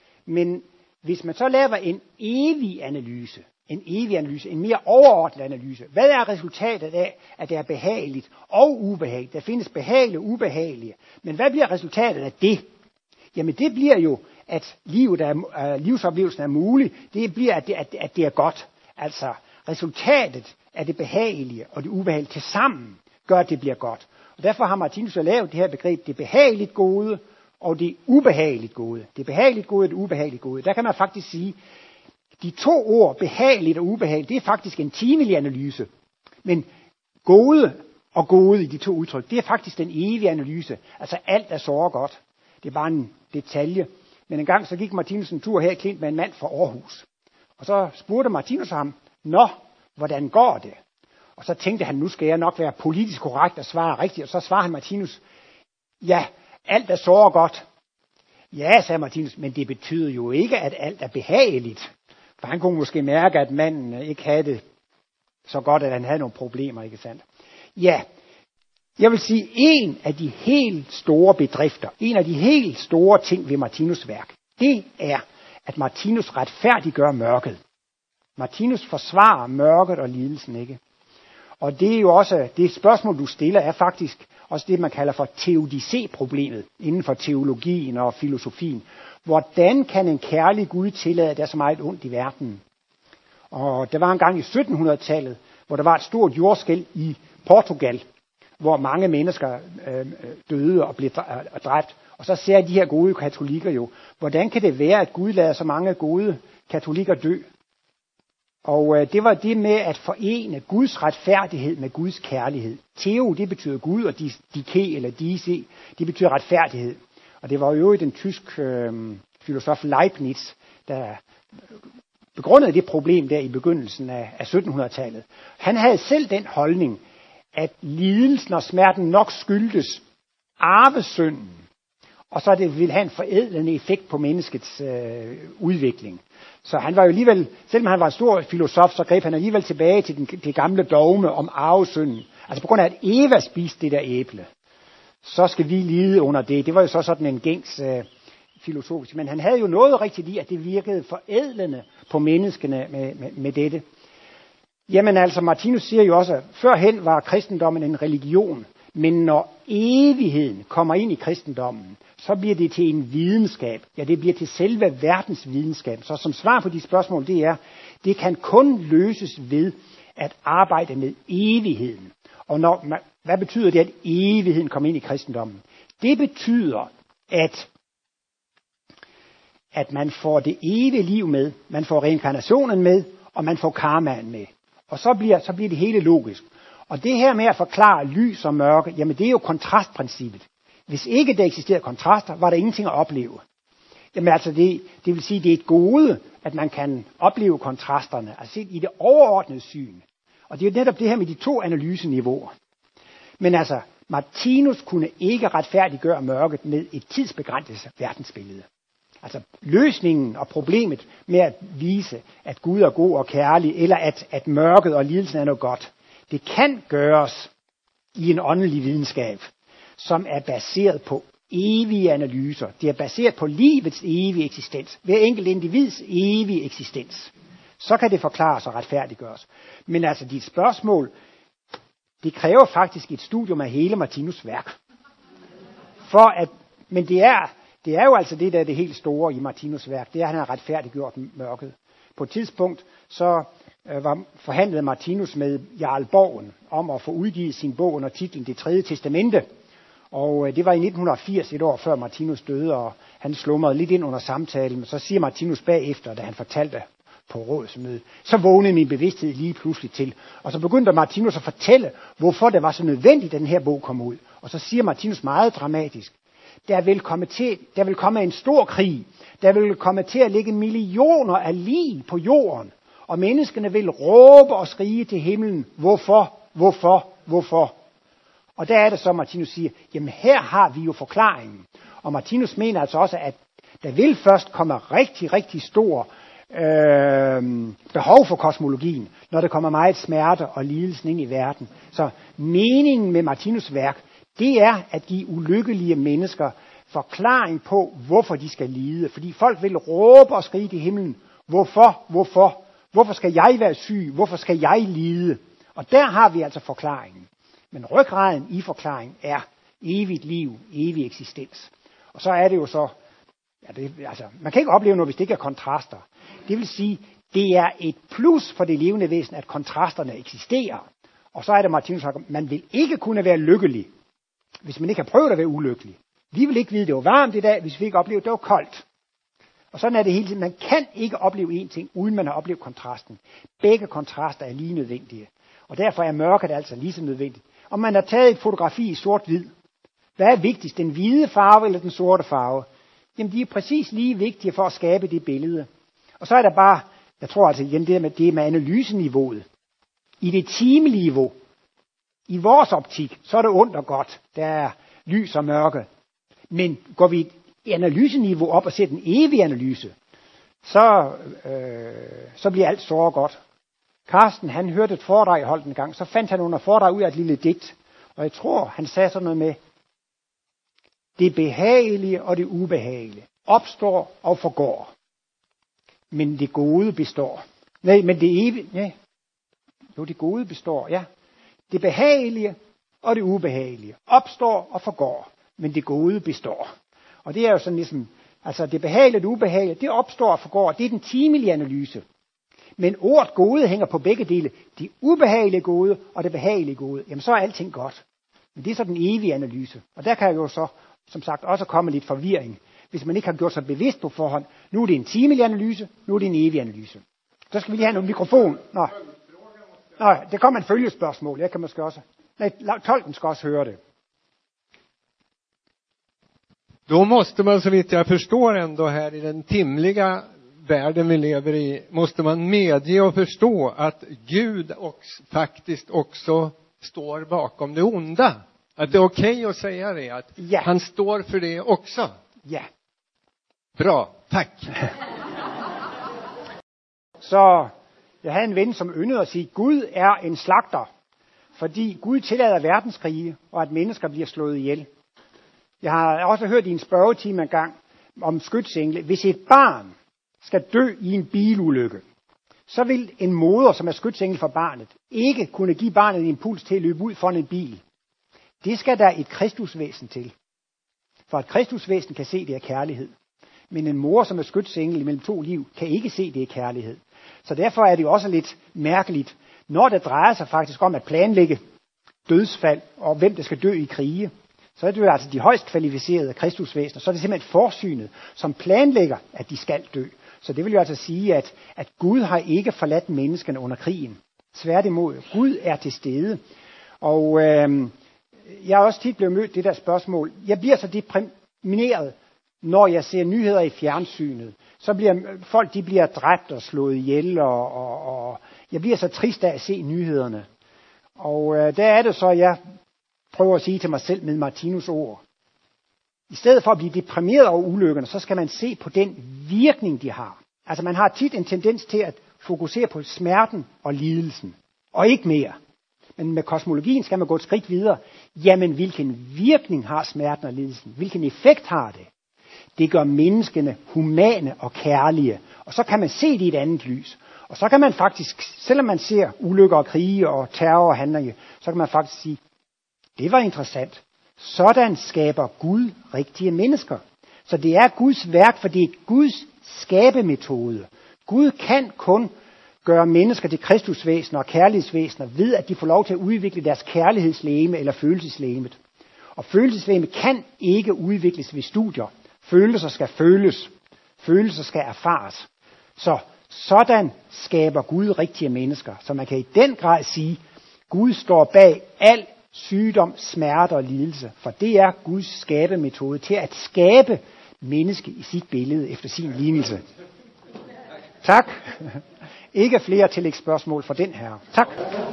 Men hvis man så laver en evig analyse, en evig analyse, en mere overordnet analyse, hvad er resultatet af, at det er behageligt og ubehageligt? Der findes behagelige og ubehagelige. Men hvad bliver resultatet af det? Jamen det bliver jo, at livet er, uh, livsoplevelsen er mulig. Det bliver, at det, at, at det er godt. Altså resultatet af det behagelige og det ubehagelige til sammen gør, at det bliver godt. Og derfor har Martinus lavet det her begreb, det behageligt gode og det ubehageligt gode. Det behageligt gode og det ubehageligt gode. Der kan man faktisk sige, de to ord, behageligt og ubehageligt, det er faktisk en timelig analyse. Men gode og gode i de to udtryk, det er faktisk den evige analyse. Altså alt er så godt. Det er bare en detalje. Men en gang så gik Martinus en tur her i Klint med en mand fra Aarhus. Og så spurgte Martinus ham, nå, hvordan går det? Og så tænkte han, nu skal jeg nok være politisk korrekt og svare rigtigt. Og så svarede han Martinus, ja, alt er så godt. Ja, sagde Martinus, men det betyder jo ikke, at alt er behageligt. For han kunne måske mærke, at manden ikke havde det så godt, at han havde nogle problemer, ikke sandt? Ja, jeg vil sige, en af de helt store bedrifter, en af de helt store ting ved Martinus' værk, det er, at Martinus retfærdiggør mørket. Martinus forsvarer mørket og lidelsen, ikke? Og det er jo også, det spørgsmål, du stiller, er faktisk, også det, man kalder for teodicé-problemet inden for teologien og filosofien. Hvordan kan en kærlig Gud tillade, at der er så meget ondt i verden? Og der var en gang i syttenhundredetallet, hvor der var et stort jordskælv i Portugal, hvor mange mennesker øh, døde og blev dræbt. Og så ser de her gode katolikker jo, hvordan kan det være, at Gud lader så mange gode katolikker dø? Og øh, det var det med at forene Guds retfærdighed med Guds kærlighed. Theo, det betyder Gud, og dike eller dise, det betyder retfærdighed. Og det var jo den tysk øh, filosof Leibniz, der begrundede det problem der i begyndelsen af, af syttenhundredetallet. Han havde selv den holdning, at lidelsen og smerten nok skyldtes arvesynden, og så det ville have en forædlende effekt på menneskets øh, udvikling. Så han var jo alligevel, selvom han var en stor filosof, så greb han alligevel tilbage til den, det gamle dogme om arvesynden. Altså på grund af, at Eva spiste det der æble, så skal vi lide under det. Det var jo så sådan en gængs øh, filosofisk. Men han havde jo noget rigtigt i, at det virkede forædlende på menneskene med, med, med dette. Jamen altså, Martinus siger jo også, at førhen var kristendommen en religion, men når evigheden kommer ind i kristendommen, så bliver det til en videnskab. Ja, det bliver til selve verdens videnskab. Så som svar på de spørgsmål, det er, det kan kun løses ved at arbejde med evigheden. Og når, hvad betyder det, at evigheden kommer ind i kristendommen? Det betyder, at, at man får det evige liv med, man får reinkarnationen med, og man får karmaen med. Og så bliver, så bliver det hele logisk. Og det her med at forklare lys og mørke, jamen det er jo kontrastprincippet. Hvis ikke der eksisterer kontraster, var der ingenting at opleve. Jamen altså, det, det vil sige, det er et gode, at man kan opleve kontrasterne, altså i det overordnede syn. Og det er jo netop det her med de to analyseniveauer. Men altså, Martinus kunne ikke retfærdiggøre mørket med et tidsbegrænset verdensbillede. Altså løsningen og problemet med at vise, at Gud er god og kærlig, eller at, at mørket og lidelsen er noget godt, det kan gøres i en åndelig videnskab, som er baseret på evige analyser. Det er baseret på livets evige eksistens. Hver enkelt individs evige eksistens. Så kan det forklares og retfærdiggøres. Men altså dit spørgsmål, det kræver faktisk et studium af hele Martinus' værk. For at, men det er, det er jo altså det, der er det helt store i Martinus' værk. Det er, at han har retfærdiggjort mørket. På et tidspunkt, så øh, var forhandlede Martinus med Jarl Borgen om at få udgivet sin bog under titlen Det tredje testamente. Og øh, det var i nitten firs, et år før Martinus døde, og han slumrede lidt ind under samtalen. Men så siger Martinus bagefter, da han fortalte på rådsmødet, så vågnede min bevidsthed lige pludselig til. Og så begyndte Martinus at fortælle, hvorfor det var så nødvendigt, at den her bog kom ud. Og så siger Martinus meget dramatisk, der vil komme til, der vil komme en stor krig, der vil komme til at ligge millioner af lig på jorden, og menneskene vil råbe og skrige til himlen, hvorfor, hvorfor, hvorfor. Og der er det så, Martinus siger, jamen her har vi jo forklaringen. Og Martinus mener altså også, at der vil først komme rigtig, rigtig stor øh, behov for kosmologien, når der kommer meget smerte og lidelsen ind i verden. Så meningen med Martinus' værk, det er at give ulykkelige mennesker forklaring på, hvorfor de skal lide. Fordi folk vil råbe og skrige til himlen, hvorfor, hvorfor, hvorfor skal jeg være syg, hvorfor skal jeg lide? Og der har vi altså forklaringen. Men ryggraden i forklaringen er evigt liv, evig eksistens. Og så er det jo så, ja, det, altså, man kan ikke opleve noget, hvis det ikke er kontraster. Det vil sige, det er et plus for det levende væsen, at kontrasterne eksisterer. Og så er det Martinus sagt, man vil ikke kunne være lykkelig, hvis man ikke har prøvet at være ulykkelig. Vi vil ikke vide, det var varmt i dag, hvis vi ikke oplevede, det var koldt. Og sådan er det hele tiden. Man kan ikke opleve én ting, uden man har oplevet kontrasten. Begge kontraster er lige nødvendige. Og derfor er mørket altså lige så nødvendigt. Om man har taget et fotografi i sort-hvid, hvad er vigtigst, den hvide farve eller den sorte farve? Jamen, de er præcis lige vigtige for at skabe det billede. Og så er der bare, jeg tror altså igen, det med, det med analyseniveauet. I det timeniveau, i vores optik, så er det ondt og godt. Der er lys og mørke. Men går vi et analyseniveau op og ser den evige analyse, så, øh, så bliver alt så og godt. Karsten, han hørte et foredrag, jeg holdt en gang, så fandt han under foredrag ud af et lille digt. Og jeg tror, han sagde sådan noget med, det behagelige og det ubehagelige opstår og forgår. Men det gode består. Nej, men det evige, ja. Jo, det gode består, ja. Det behagelige og det ubehagelige opstår og forgår, men det gode består. Og det er jo sådan ligesom, altså det behagelige og det ubehagelige, det opstår og forgår, det er den timelige analyse. Men ordet gode hænger på begge dele, det ubehagelige gode og det behagelige gode. Jamen så er alting godt. Men det er så den evige analyse. Og der kan jo så, som sagt, også komme lidt forvirring, hvis man ikke har gjort sig bevidst på forhånd. Nu er det en timelig analyse, nu er det en evig analyse. Så skal vi lige have en mikrofon. Nå, Nå det kommer en følgespørgsmål. Jeg kan måske også. Nej, tolken skal også høre det. Då måste man, så vitt jag förstår ändå här i den timliga världen vi lever i, måste man medge och förstå att Gud och, faktiskt också står bakom det onda. Att det är okej att säga det, att ja. Han står för det också. Ja. Bra, tack. Så jeg havde en ven, som yndede at sige, Gud er en slagter, fordi Gud tillader verdenskrige, og at mennesker bliver slået ihjel. Jeg har også hørt i en spørgetime engang om skytsengle. Hvis et barn skal dø i en bilulykke, så vil en moder, som er skytsengle for barnet, ikke kunne give barnet en impuls til at løbe ud foran en bil. Det skal der et kristusvæsen til. For et kristusvæsen kan se, det er kærlighed. Men en mor, som er skytsengle mellem to liv, kan ikke se, det er kærlighed. Så derfor er det jo også lidt mærkeligt, når det drejer sig faktisk om at planlægge dødsfald og hvem der skal dø i krige. Så er det jo altså de højst kvalificerede kristusvæsener. Så er det simpelthen forsynet, som planlægger, at de skal dø. Så det vil jo altså sige, at, at Gud har ikke forladt menneskene under krigen. Tværtimod, Gud er til stede. Og øh, jeg har også tit blevet mødt det der spørgsmål. Jeg bliver så deprimeret, når jeg ser nyheder i fjernsynet. Så bliver folk, de bliver dræbt og slået ihjel, og, og, og jeg bliver så trist af at se nyhederne. Og øh, der er det så, jeg prøver at sige til mig selv med Martinus ord. I stedet for at blive deprimeret over ulykkerne, så skal man se på den virkning, de har. Altså man har tit en tendens til at fokusere på smerten og lidelsen, og ikke mere. Men med kosmologien skal man gå et skridt videre. Jamen, hvilken virkning har smerten og lidelsen? Hvilken effekt har det? Det gør menneskene humane og kærlige. Og så kan man se det i et andet lys. Og så kan man faktisk, selvom man ser ulykker og krige og terror og handlinger, så kan man faktisk sige, det var interessant. Sådan skaber Gud rigtige mennesker. Så det er Guds værk, for det er Guds skabemetode. Gud kan kun gøre mennesker til kristusvæsener og kærlighedsvæsener ved, at de får lov til at udvikle deres kærlighedslegeme eller følelseslegemet. Og følelseslegemet kan ikke udvikles ved studier. Følelser skal føles. Følelser skal erfares. Så sådan skaber Gud rigtige mennesker. Så man kan i den grad sige, Gud står bag al sygdom, smerte og lidelse. For det er Guds skabemetode til at skabe menneske i sit billede efter sin lignelse. Tak. Ikke flere tillægsspørgsmål for den her. Tak.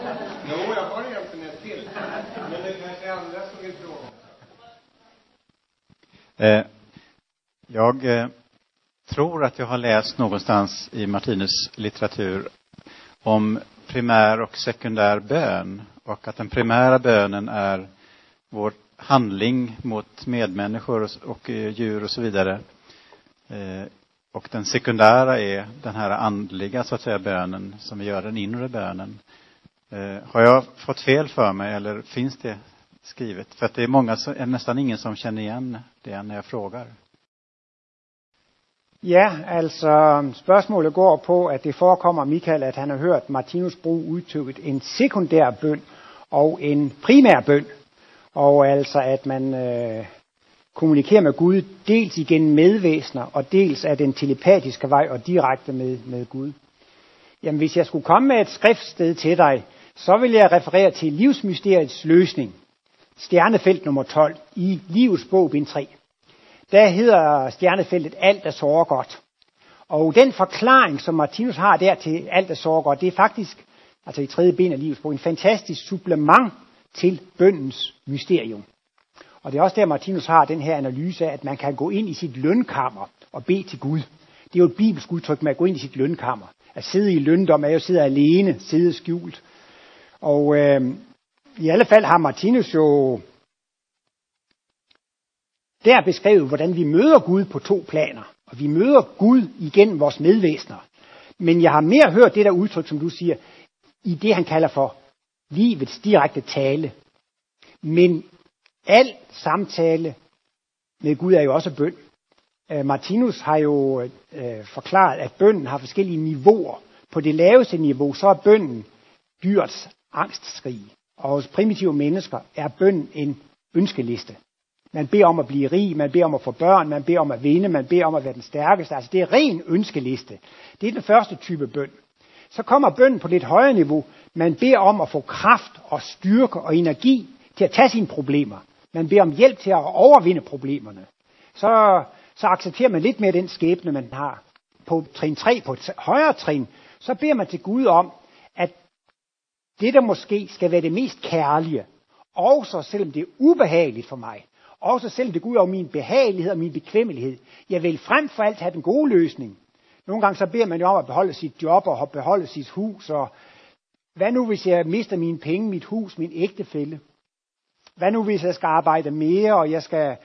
Eh, jag eh, tror att jag har läst någonstans i Martinus litteratur om primär och sekundär bön, och att den primära bönen är vår handling mot medmänniskor och, och djur och så vidare. Eh, och den sekundära är den här andliga, så att säga, bönen som vi gör, den inre bönen. Eh, har jag fått fel för mig, eller finns det skrivet? För att det är många, nästan ingen som känner igen det när jag frågar. Ja, altså spørgsmålet går på, at det forekommer Michael, at han har hørt Martinus bruge udtrykket en sekundær bøn og en primær bøn. Og altså at man øh, kommunikerer med Gud dels igennem medvæsener og dels af den telepatiske vej og direkte med, med Gud. Jamen hvis jeg skulle komme med et skriftsted til dig, så vil jeg referere til livsmysteriets løsning. Stjernefelt nummer tolv i Livets bog, bind tre. Der hedder stjernefeltet alt er såre godt. Og den forklaring, som Martinus har der til alt er såre godt, det er faktisk, altså i tredje bind af Livets bog, en fantastisk supplement til bønnens mysterium. Og det er også der, Martinus har den her analyse af, at man kan gå ind i sit lønkammer og bede til Gud. Det er jo et bibelsk udtryk med at gå ind i sit lønkammer. At sidde i løndom er jo at sidde alene, sidde skjult. Og øh, i alle fald har Martinus jo der beskrevet, hvordan vi møder Gud på to planer. Og vi møder Gud igennem vores medvæsener. Men jeg har mere hørt det der udtryk, som du siger, i det han kalder for livets direkte tale. Men al samtale med Gud er jo også bøn. Uh, Martinus har jo uh, forklaret, at bønnen har forskellige niveauer. På det laveste niveau, så er bønnen dyrets angstskrig. Og hos primitive mennesker er bønnen en ønskeliste. Man beder om at blive rig, man beder om at få børn, man beder om at vinde, man beder om at være den stærkeste. Altså det er ren ønskeliste. Det er den første type bøn. Så kommer bønnen på lidt højere niveau. Man beder om at få kraft og styrke og energi til at tage sine problemer. Man beder om hjælp til at overvinde problemerne. Så, så accepterer man lidt mere den skæbne, man har. På trin tre, på et højere trin, så beder man til Gud om, at det, der måske skal være det mest kærlige, også selvom det er ubehageligt for mig, også selvom det går ud over min behagelighed og min bekvemmelighed, jeg vil frem for alt have den gode løsning. Nogle gange så beder man jo om at beholde sit job og beholde sit hus, og hvad nu hvis jeg mister mine penge, mit hus, min ægtefælle? Hvad nu hvis jeg skal arbejde mere, og jeg skal...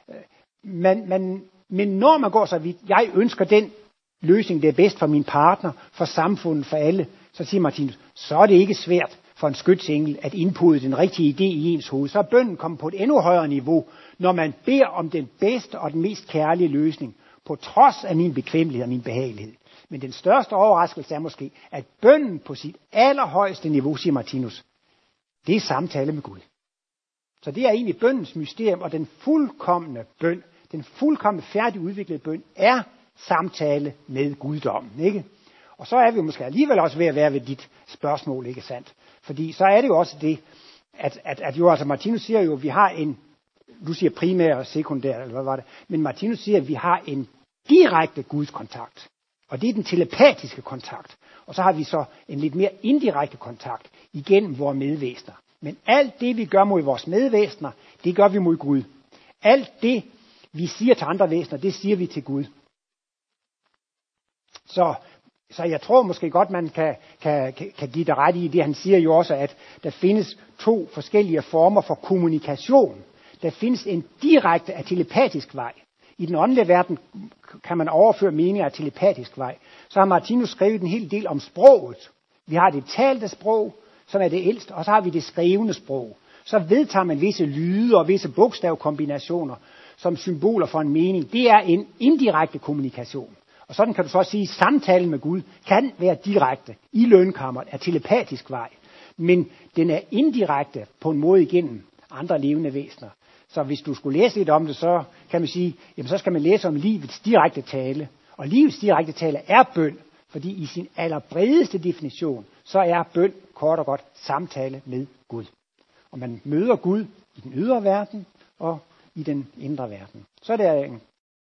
Men, men, men når man går så vidt, jeg ønsker den løsning, det er bedst for min partner, for samfundet, for alle, så siger Martinus, så er det ikke svært for en skytsengel at indpude den rigtige idé i ens hoved. Så er bønnen kommet på et endnu højere niveau, når man beder om den bedste og den mest kærlige løsning, på trods af min bekvemmelighed og min behagelighed. Men den største overraskelse er måske, at bønnen på sit allerhøjeste niveau, siger Martinus, det er samtale med Gud. Så det er egentlig bønnens mysterium, og den fuldkomne bøn, den fuldkomne færdigudviklede bøn, er samtale med guddommen, ikke? Og så er vi måske alligevel også ved at være ved dit spørgsmål, ikke sandt? Fordi så er det jo også det, at, at, at jo, altså Martinus siger jo, at vi har en, du siger primær og sekundær, eller hvad var det, men Martinus siger, at vi har en direkte gudskontakt, og det er den telepatiske kontakt. Og så har vi så en lidt mere indirekte kontakt igennem vores medvæsener. Men alt det, vi gør mod vores medvæsener, det gør vi mod Gud. Alt det, vi siger til andre væsener, det siger vi til Gud. Så, så jeg tror måske godt, man kan, kan, kan give det ret i det. Han siger jo også, at der findes to forskellige former for kommunikation. Der findes en direkte af telepatisk vej. I den åndelige verden kan man overføre meninger af telepatisk vej. Så har Martinus skrevet en hel del om sproget. Vi har det talte sprog, som er det ældste, og så har vi det skrivende sprog. Så vedtager man visse lyde og visse bogstavkombinationer som symboler for en mening. Det er en indirekte kommunikation. Og sådan kan du så sige, at samtalen med Gud kan være direkte i lønkammeret af telepatisk vej. Men den er indirekte på en måde igennem andre levende væsener. Så hvis du skulle læse lidt om det, så kan man sige, jamen så skal man læse om livets direkte tale. Og livets direkte tale er bøn, fordi i sin allerbredeste definition, så er bøn kort og godt samtale med Gud. Og man møder Gud i den ydre verden og i den indre verden. Så er det en...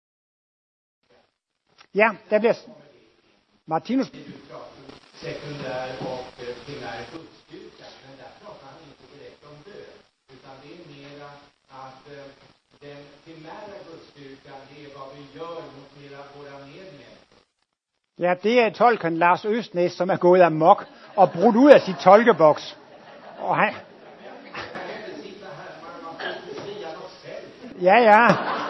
Ja, der bliver... Martinus... Sekundär och primär gudsdyrkan, men där pratar han inte direkt om död, utan det är mera att den primära gudsdyrkan, det är vad vi gör mot våra medmänniskor. Ja, det er tolken Lars Østnæs, som er gået amok og brudt ud af sit tolkeboks. Og han... Ja, ja.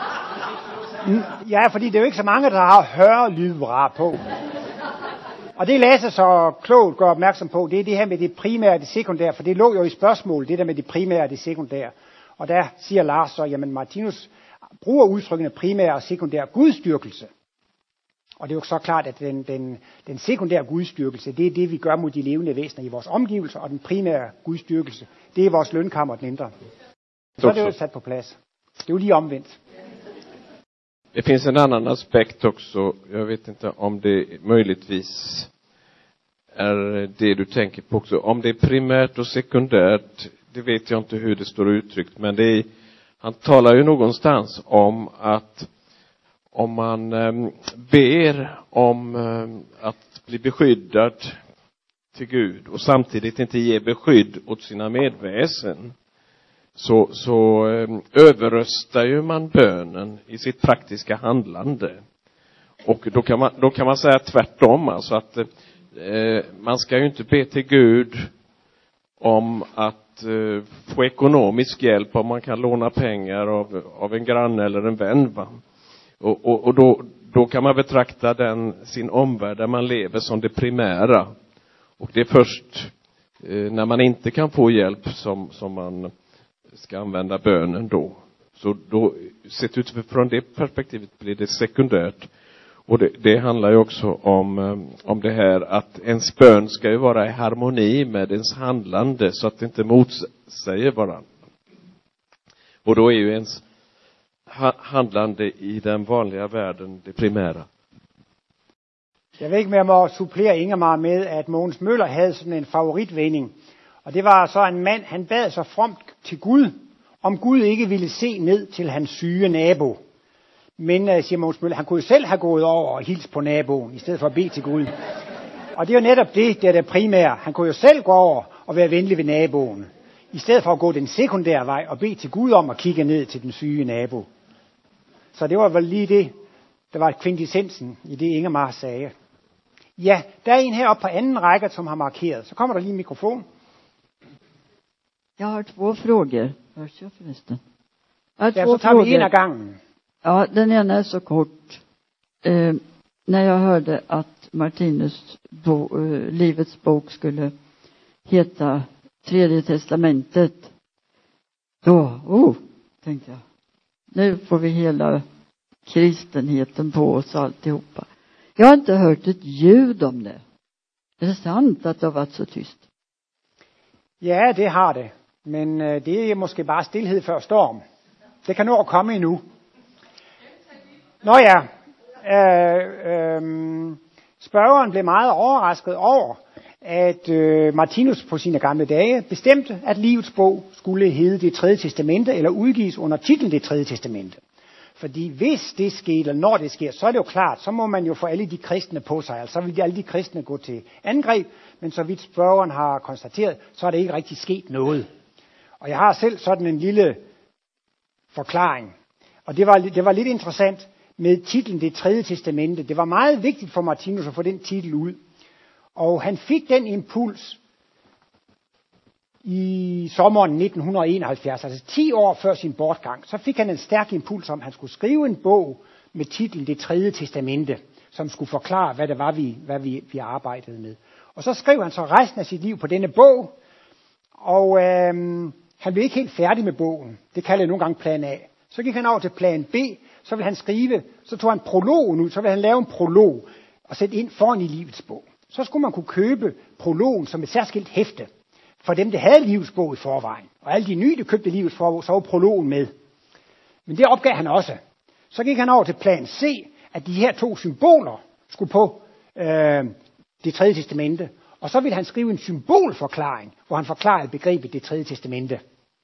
Ja, fordi det er jo ikke så mange, der har hørelydbra på. Og det Lasse så klogt gør opmærksom på, det er det her med det primære og det sekundære, for det lå jo i spørgsmålet, det der med det primære og det sekundære. Og der siger Lars så, jamen Martinus bruger udtrykkene primære og sekundære gudstyrkelse. Og det er jo så klart, at den, den, den sekundære gudstyrkelse, det er det, vi gør mod de levende væsener i vores omgivelser, og den primære gudstyrkelse, det er vores lønkammer, den indre. Så er det jo sat på plads. Det er jo lige omvendt. Det finns en annan aspekt också. Jag vet inte om det möjligtvis är det du tänker på också. Om det är primärt och sekundärt, det vet jag inte hur det står uttryckt. Men det är, han talar ju någonstans om att om man um, ber om um, att bli beskyddad till Gud och samtidigt inte ge beskydd åt sina medväsen, så, så um, överröstar ju man bönen i sitt praktiska handlande. Och då kan man, då kan man säga tvärtom, alltså att uh, man ska ju inte be till Gud om att uh, få ekonomisk hjälp om man kan låna pengar av, av en granne eller en vän, va? Och, och, och då, då kan man betrakta den, sin omvärld där man lever som det primära. Och det är först eh, när man inte kan få hjälp som, som man ska använda bönen då. Så då, sett utifrån det perspektivet blir det sekundärt. Och det, det handlar ju också om, om det här att ens bön ska ju vara i harmoni med ens handlande så att det inte motsäger varandra. Och då är ju ens ha, handlande i den vanliga världen det primära. Jeg ved ikke, om jeg må supplere Ingemar med, at Mogens Møller havde sådan en favoritvending. Og det var så en mand, han bad så fromt til Gud, om Gud ikke ville se ned til hans syge nabo. Men, siger Mogens Møller, han kunne jo selv have gået over og hilse på naboen, i stedet for at bede til Gud. Og det er jo netop det, der er det primære. Han kunne jo selv gå over og være venlig ved naboen, i stedet for at gå den sekundære vej og bede til Gud om at kigge ned til den syge nabo. Så det var vel lige det, der var kvintessensen i det, Ingemar sagde. Ja, der er en heroppe på anden række, som har markeret. Så kommer der lige en mikrofon. Jag har två frågor. Hörs jag förresten? Jag har Ja, två så tager vi en frågor. af gangen. Ja, den ena är så kort. Eh, när jag hörde att Martinus bo, eh, livets bok skulle heta Tredje testamentet. Då, oh, tänkte jag. Nu får vi hela kristenheten på oss alltihopa. Jag har inte hört ett ljud om det. Är det sant att det har varit så tyst? Ja, det har det. Men øh, det er måske bare stillhed før storm. Det kan nå at komme endnu. Nå ja, øh, øh, spørgeren blev meget overrasket over, at øh, Martinus på sine gamle dage bestemte, at livets bog skulle hedde Det Tredje Testamente, eller udgives under titlen Det Tredje Testamente. Fordi hvis det sker, eller når det sker, så er det jo klart, så må man jo få alle de kristne på sig. Altså så vil de, alle de kristne gå til angreb, men så vidt spørgeren har konstateret, så er det ikke rigtig sket noget. Og jeg har selv sådan en lille forklaring. Og det var, det var lidt interessant med titlen Det Tredje Testamente. Det var meget vigtigt for Martinus at få den titel ud. Og han fik den impuls i sommeren nitten enoghalvfjerds, altså ti år før sin bortgang. Så fik han en stærk impuls om, at han skulle skrive en bog med titlen Det Tredje Testamente, som skulle forklare, hvad det var, vi, hvad vi, vi arbejdede med. Og så skrev han så resten af sit liv på denne bog, og øhm, han blev ikke helt færdig med bogen. Det kalder jeg nogle gange plan A. Så gik han over til plan B, så ville han skrive, så tog han prologen ud, så ville han lave en prolog og sætte ind foran i livets bog. Så skulle man kunne købe prologen som et særskilt hæfte for dem, der havde livets bog i forvejen. Og alle de nye, der købte livets bog, så var prologen med. Men det opgav han også. Så gik han over til plan C, at de her to symboler skulle på øh, Det Tredje Testamente. Og så ville han skrive en symbolforklaring, hvor han forklarede begrebet Det Tredje Testamente.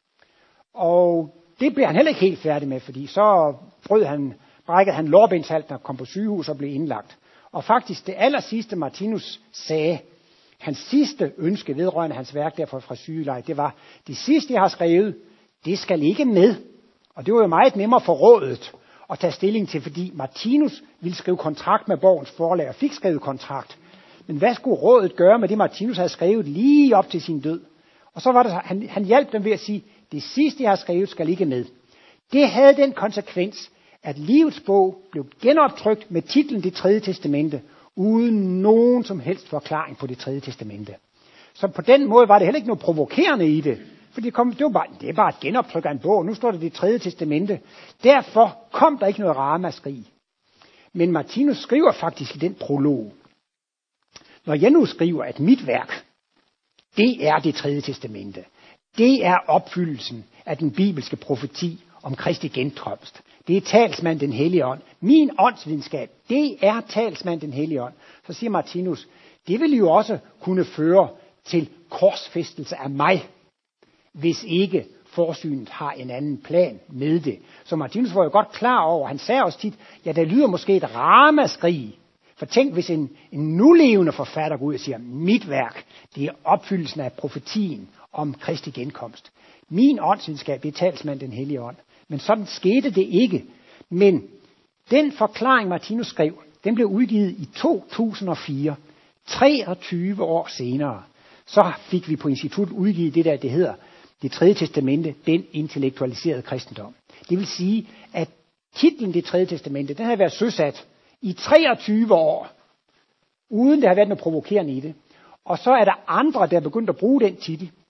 Og det blev han heller ikke helt færdig med, fordi så brød han, brækkede han lårbenshalsen og kom på sygehus og blev indlagt. Og faktisk det aller sidste Martinus sagde, hans sidste ønske vedrørende hans værk derfor fra sygeleje, det var, det sidste jeg har skrevet, det skal ikke med. Og det var jo meget nemmere for rådet at tage stilling til, fordi Martinus ville skrive kontrakt med Borgens Forlag og fik skrevet kontrakt. Men hvad skulle rådet gøre med det, Martinus havde skrevet lige op til sin død? Og så var det, han, han hjalp dem ved at sige, det sidste jeg har skrevet skal ikke med. Det havde den konsekvens, at livets bog blev genoptrykt med titlen Det Tredje Testamente, uden nogen som helst forklaring på Det Tredje Testamente. Så på den måde var det heller ikke noget provokerende i det. For det, kom, det, var bare, det er bare et genoptryk af en bog, nu står der Det Tredje Testamente. Derfor kom der ikke noget ramaskrig. Men Martinus skriver faktisk i den prolog, når jeg nu skriver, at mit værk, det er Det Tredje Testamente. Det er opfyldelsen af den bibelske profeti om Kristi genkomst. Det er talsmand den hellige ånd. Min åndsvidenskab, det er talsmand den hellige ånd. Så siger Martinus, det vil jo også kunne føre til korsfæstelse af mig, hvis ikke forsynet har en anden plan med det. Så Martinus var jo godt klar over, han sagde også tit, ja, der lyder måske et ramaskrig. For tænk, hvis en, en nulevende forfatter går ud og siger, mit værk, det er opfyldelsen af profetien om Kristi genkomst. Min åndsvidenskab, det er talsmand den hellige ånd. Men sådan skete det ikke. Men den forklaring, Martinus skrev, den blev udgivet i to tusind og fire, treogtyve år senere. Så fik vi på instituttet udgivet det der, det hedder Det Tredje Testamente, den intellektualiserede kristendom. Det vil sige, at titlen Det Tredje Testamente, den havde været søsat i treogtyve år, uden der har været noget provokerende i det. Og så er der andre, der er begyndt at bruge den titel,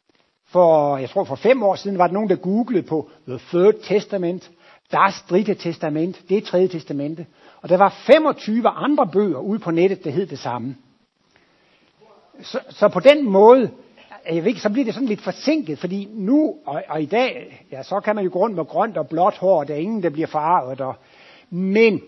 For, jeg tror for fem år siden var der nogen, der googlede på The Third Testament, Das Dritte Testament, det tredje testamente. Og der var femogtyve andre bøger ude på nettet, der hed det samme. Så, så på den måde, jeg ved ikke, så bliver det sådan lidt forsinket, fordi nu og, og i dag, ja, så kan man jo gå rundt med grønt og blåt hår, der er ingen, der bliver forarvet. Og, men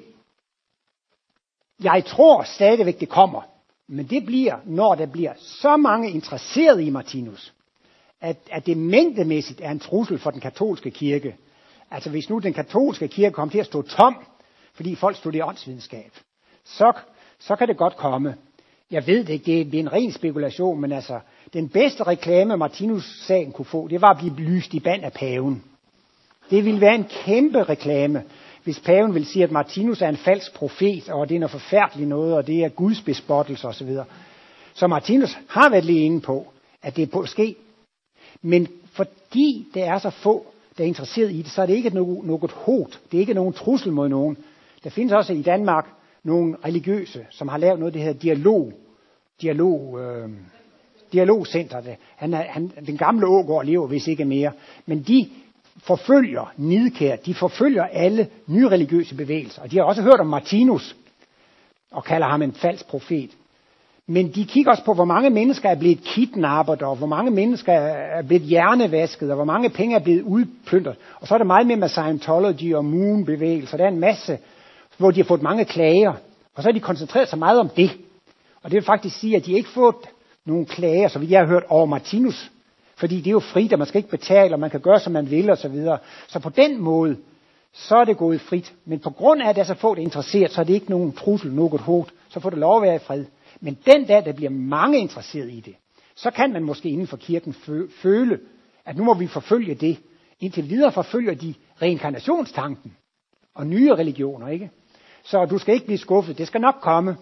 jeg tror stadigvæk, det kommer. Men det bliver, når der bliver så mange interesserede i Martinus, at, at det mængdemæssigt er en trussel for den katolske kirke. Altså hvis nu den katolske kirke kommer til at stå tom, fordi folk studerer åndsvidenskab, så, så kan det godt komme. Jeg ved det ikke, det er en ren spekulation, men altså, den bedste reklame Martinus-sagen kunne få, det var at blive lyst i band af paven. Det ville være en kæmpe reklame, hvis paven vil sige, at Martinus er en falsk profet, og det er noget forfærdeligt noget, og det er Guds bespottelse osv. Så Martinus har været lige inde på, at det er på at ske. Men fordi der er så få, der er interesseret i det, så er det ikke noget, noget hot. Det er ikke nogen trussel mod nogen. Der findes også i Danmark nogle religiøse, som har lavet noget, det hedder dialog. Dialog, øh, dialogcenter. Han er, han, den gamle Ågaard lever vist ikke mere. Men de forfølger nidkært. De forfølger alle nye religiøse bevægelser. Og de har også hørt om Martinus og kalder ham en falsk profet. Men de kigger også på, hvor mange mennesker er blevet kidnappet, og hvor mange mennesker er blevet hjernevasket, og hvor mange penge er blevet udplyndret. Og så er det meget mere med Scientology og Moon-bevægelser. Der er en masse, hvor de har fået mange klager. Og så har de koncentreret sig meget om det. Og det vil faktisk sige, at de ikke fået nogle klager, så vidt jeg har hørt, over Martinus. Fordi det er jo frit, og man skal ikke betale, og man kan gøre, som man vil, og så videre. Så på den måde, så er det gået frit. Men på grund af, at der er så få, der er interesseret, så er det ikke nogen trussel, noget hot. Så får det lov at være i fred. Men den dag, der bliver mange interesseret i det, så kan man måske inden for kirken føle, at nu må vi forfølge det. Indtil videre forfølger de reinkarnationstanken og nye religioner, ikke? Så du skal ikke blive skuffet, det skal nok komme.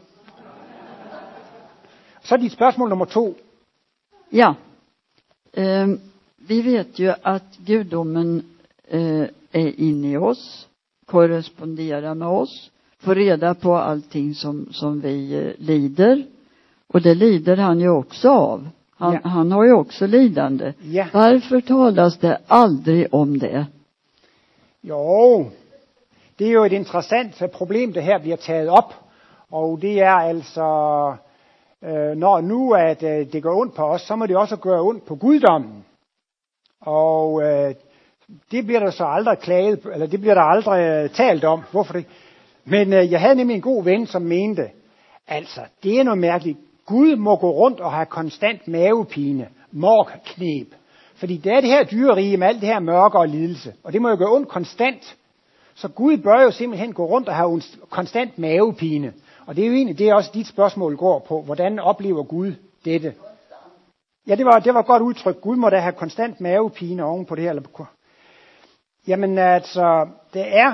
Så er dit spørgsmål nummer to. Ja, eh, vi vet ju att gudomen eh, är inne i oss, korresponderar med oss, får reda på allting som, som vi eh, lider. Och det lider han ju också av. Han, ja. han har ju också lidande. Ja. Varför talas det aldrig om det? Jo, det er jo et interessant problem, det her bliver taget op. Og det er altså, øh, når nu at øh, det går ondt på os, så må det også gøre ondt på guddommen. Og øh, det bliver der så aldrig klaget, eller det bliver der aldrig øh, talt om. Hvorfor det? Men øh, jeg havde nemlig en god ven, som mente, altså, det er noget mærkeligt. Gud må gå rundt og have konstant mavepine, morgkneb. Fordi det er det her dyrerige med alt det her mørke og lidelse. Og det må jo gøre ondt konstant. Så Gud bør jo simpelthen gå rundt og have konstant mavepine. Og det er jo egentlig det, er også dit spørgsmål går på. Hvordan oplever Gud dette? Ja, det var, det var et godt udtryk. Gud må da have konstant mavepine oven på det her. Jamen altså, det er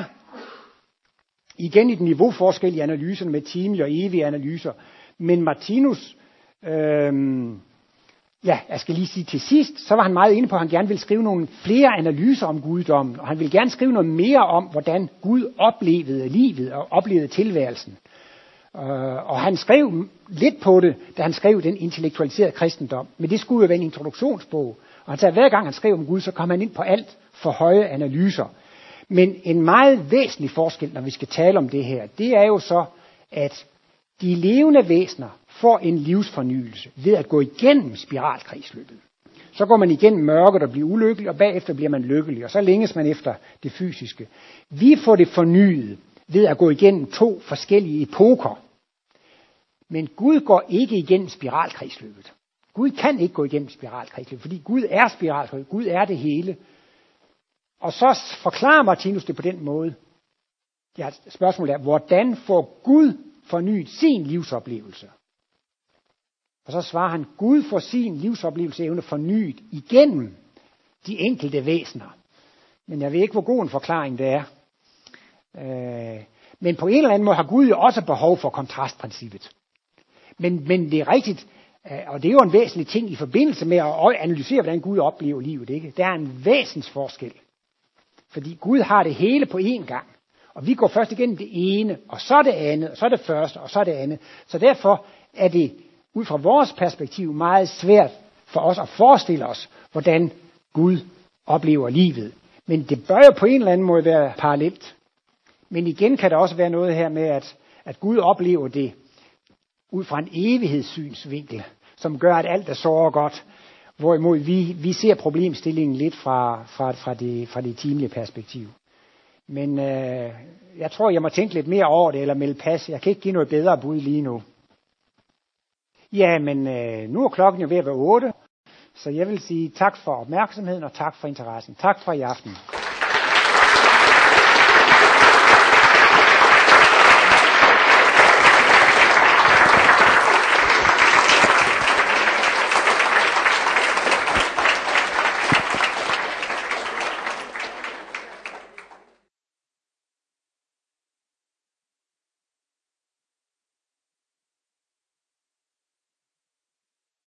igen et niveauforskel i analyserne med timelige og evige analyser. Men Martinus, øhm, ja, jeg skal lige sige til sidst, så var han meget inde på, at han gerne ville skrive nogle flere analyser om guddommen, og han ville gerne skrive noget mere om, hvordan Gud oplevede livet og oplevede tilværelsen. Øh, og han skrev lidt på det, da han skrev den intellektualiserede kristendom, men det skulle jo være en introduktionsbog. Og han sagde, at hver gang han skrev om Gud, så kom han ind på alt for høje analyser. Men en meget væsentlig forskel, når vi skal tale om det her, det er jo så, at de levende væsener får en livsfornyelse ved at gå igennem spiralkredsløbet. Så går man igennem mørket og bliver ulykkelig, og bagefter bliver man lykkelig, og så længes man efter det fysiske. Vi får det fornyet ved at gå igennem to forskellige epoker. Men Gud går ikke igennem spiralkredsløbet. Gud kan ikke gå igennem spiralkredsløbet, fordi Gud er spiralkredsløbet. Gud er det hele. Og så forklarer Martinus det på den måde. Ja, spørgsmålet er, hvordan får Gud fornyet sin livsoplevelse? Og så svarer han, Gud får sin livsoplevelse evne fornyet igennem de enkelte væsener. Men jeg ved ikke, hvor god en forklaring det er. Øh, men på en eller anden måde har Gud jo også behov for kontrastprincippet. Men, men det er rigtigt, og det er jo en væsentlig ting i forbindelse med at analysere, hvordan Gud oplever livet. Ikke? Der er en væsensforskel. Fordi Gud har det hele på én gang. Og vi går først igennem det ene, og så det andet, og så det første, og så det andet. Så derfor er det ud fra vores perspektiv meget svært for os at forestille os, hvordan Gud oplever livet. Men det bør jo på en eller anden måde være parallelt. Men igen kan der også være noget her med, at, at Gud oplever det ud fra en evighedssynsvinkel, som gør, at alt er så og godt. Hvorimod vi, vi ser problemstillingen lidt fra, fra, fra, det, fra det timelige perspektiv. Men øh, jeg tror, jeg må tænke lidt mere over det, eller melde pas. Jeg kan ikke give noget bedre bud lige nu. Ja, men øh, nu er klokken jo ved at være otte. Så jeg vil sige tak for opmærksomheden og tak for interessen. Tak for i aften.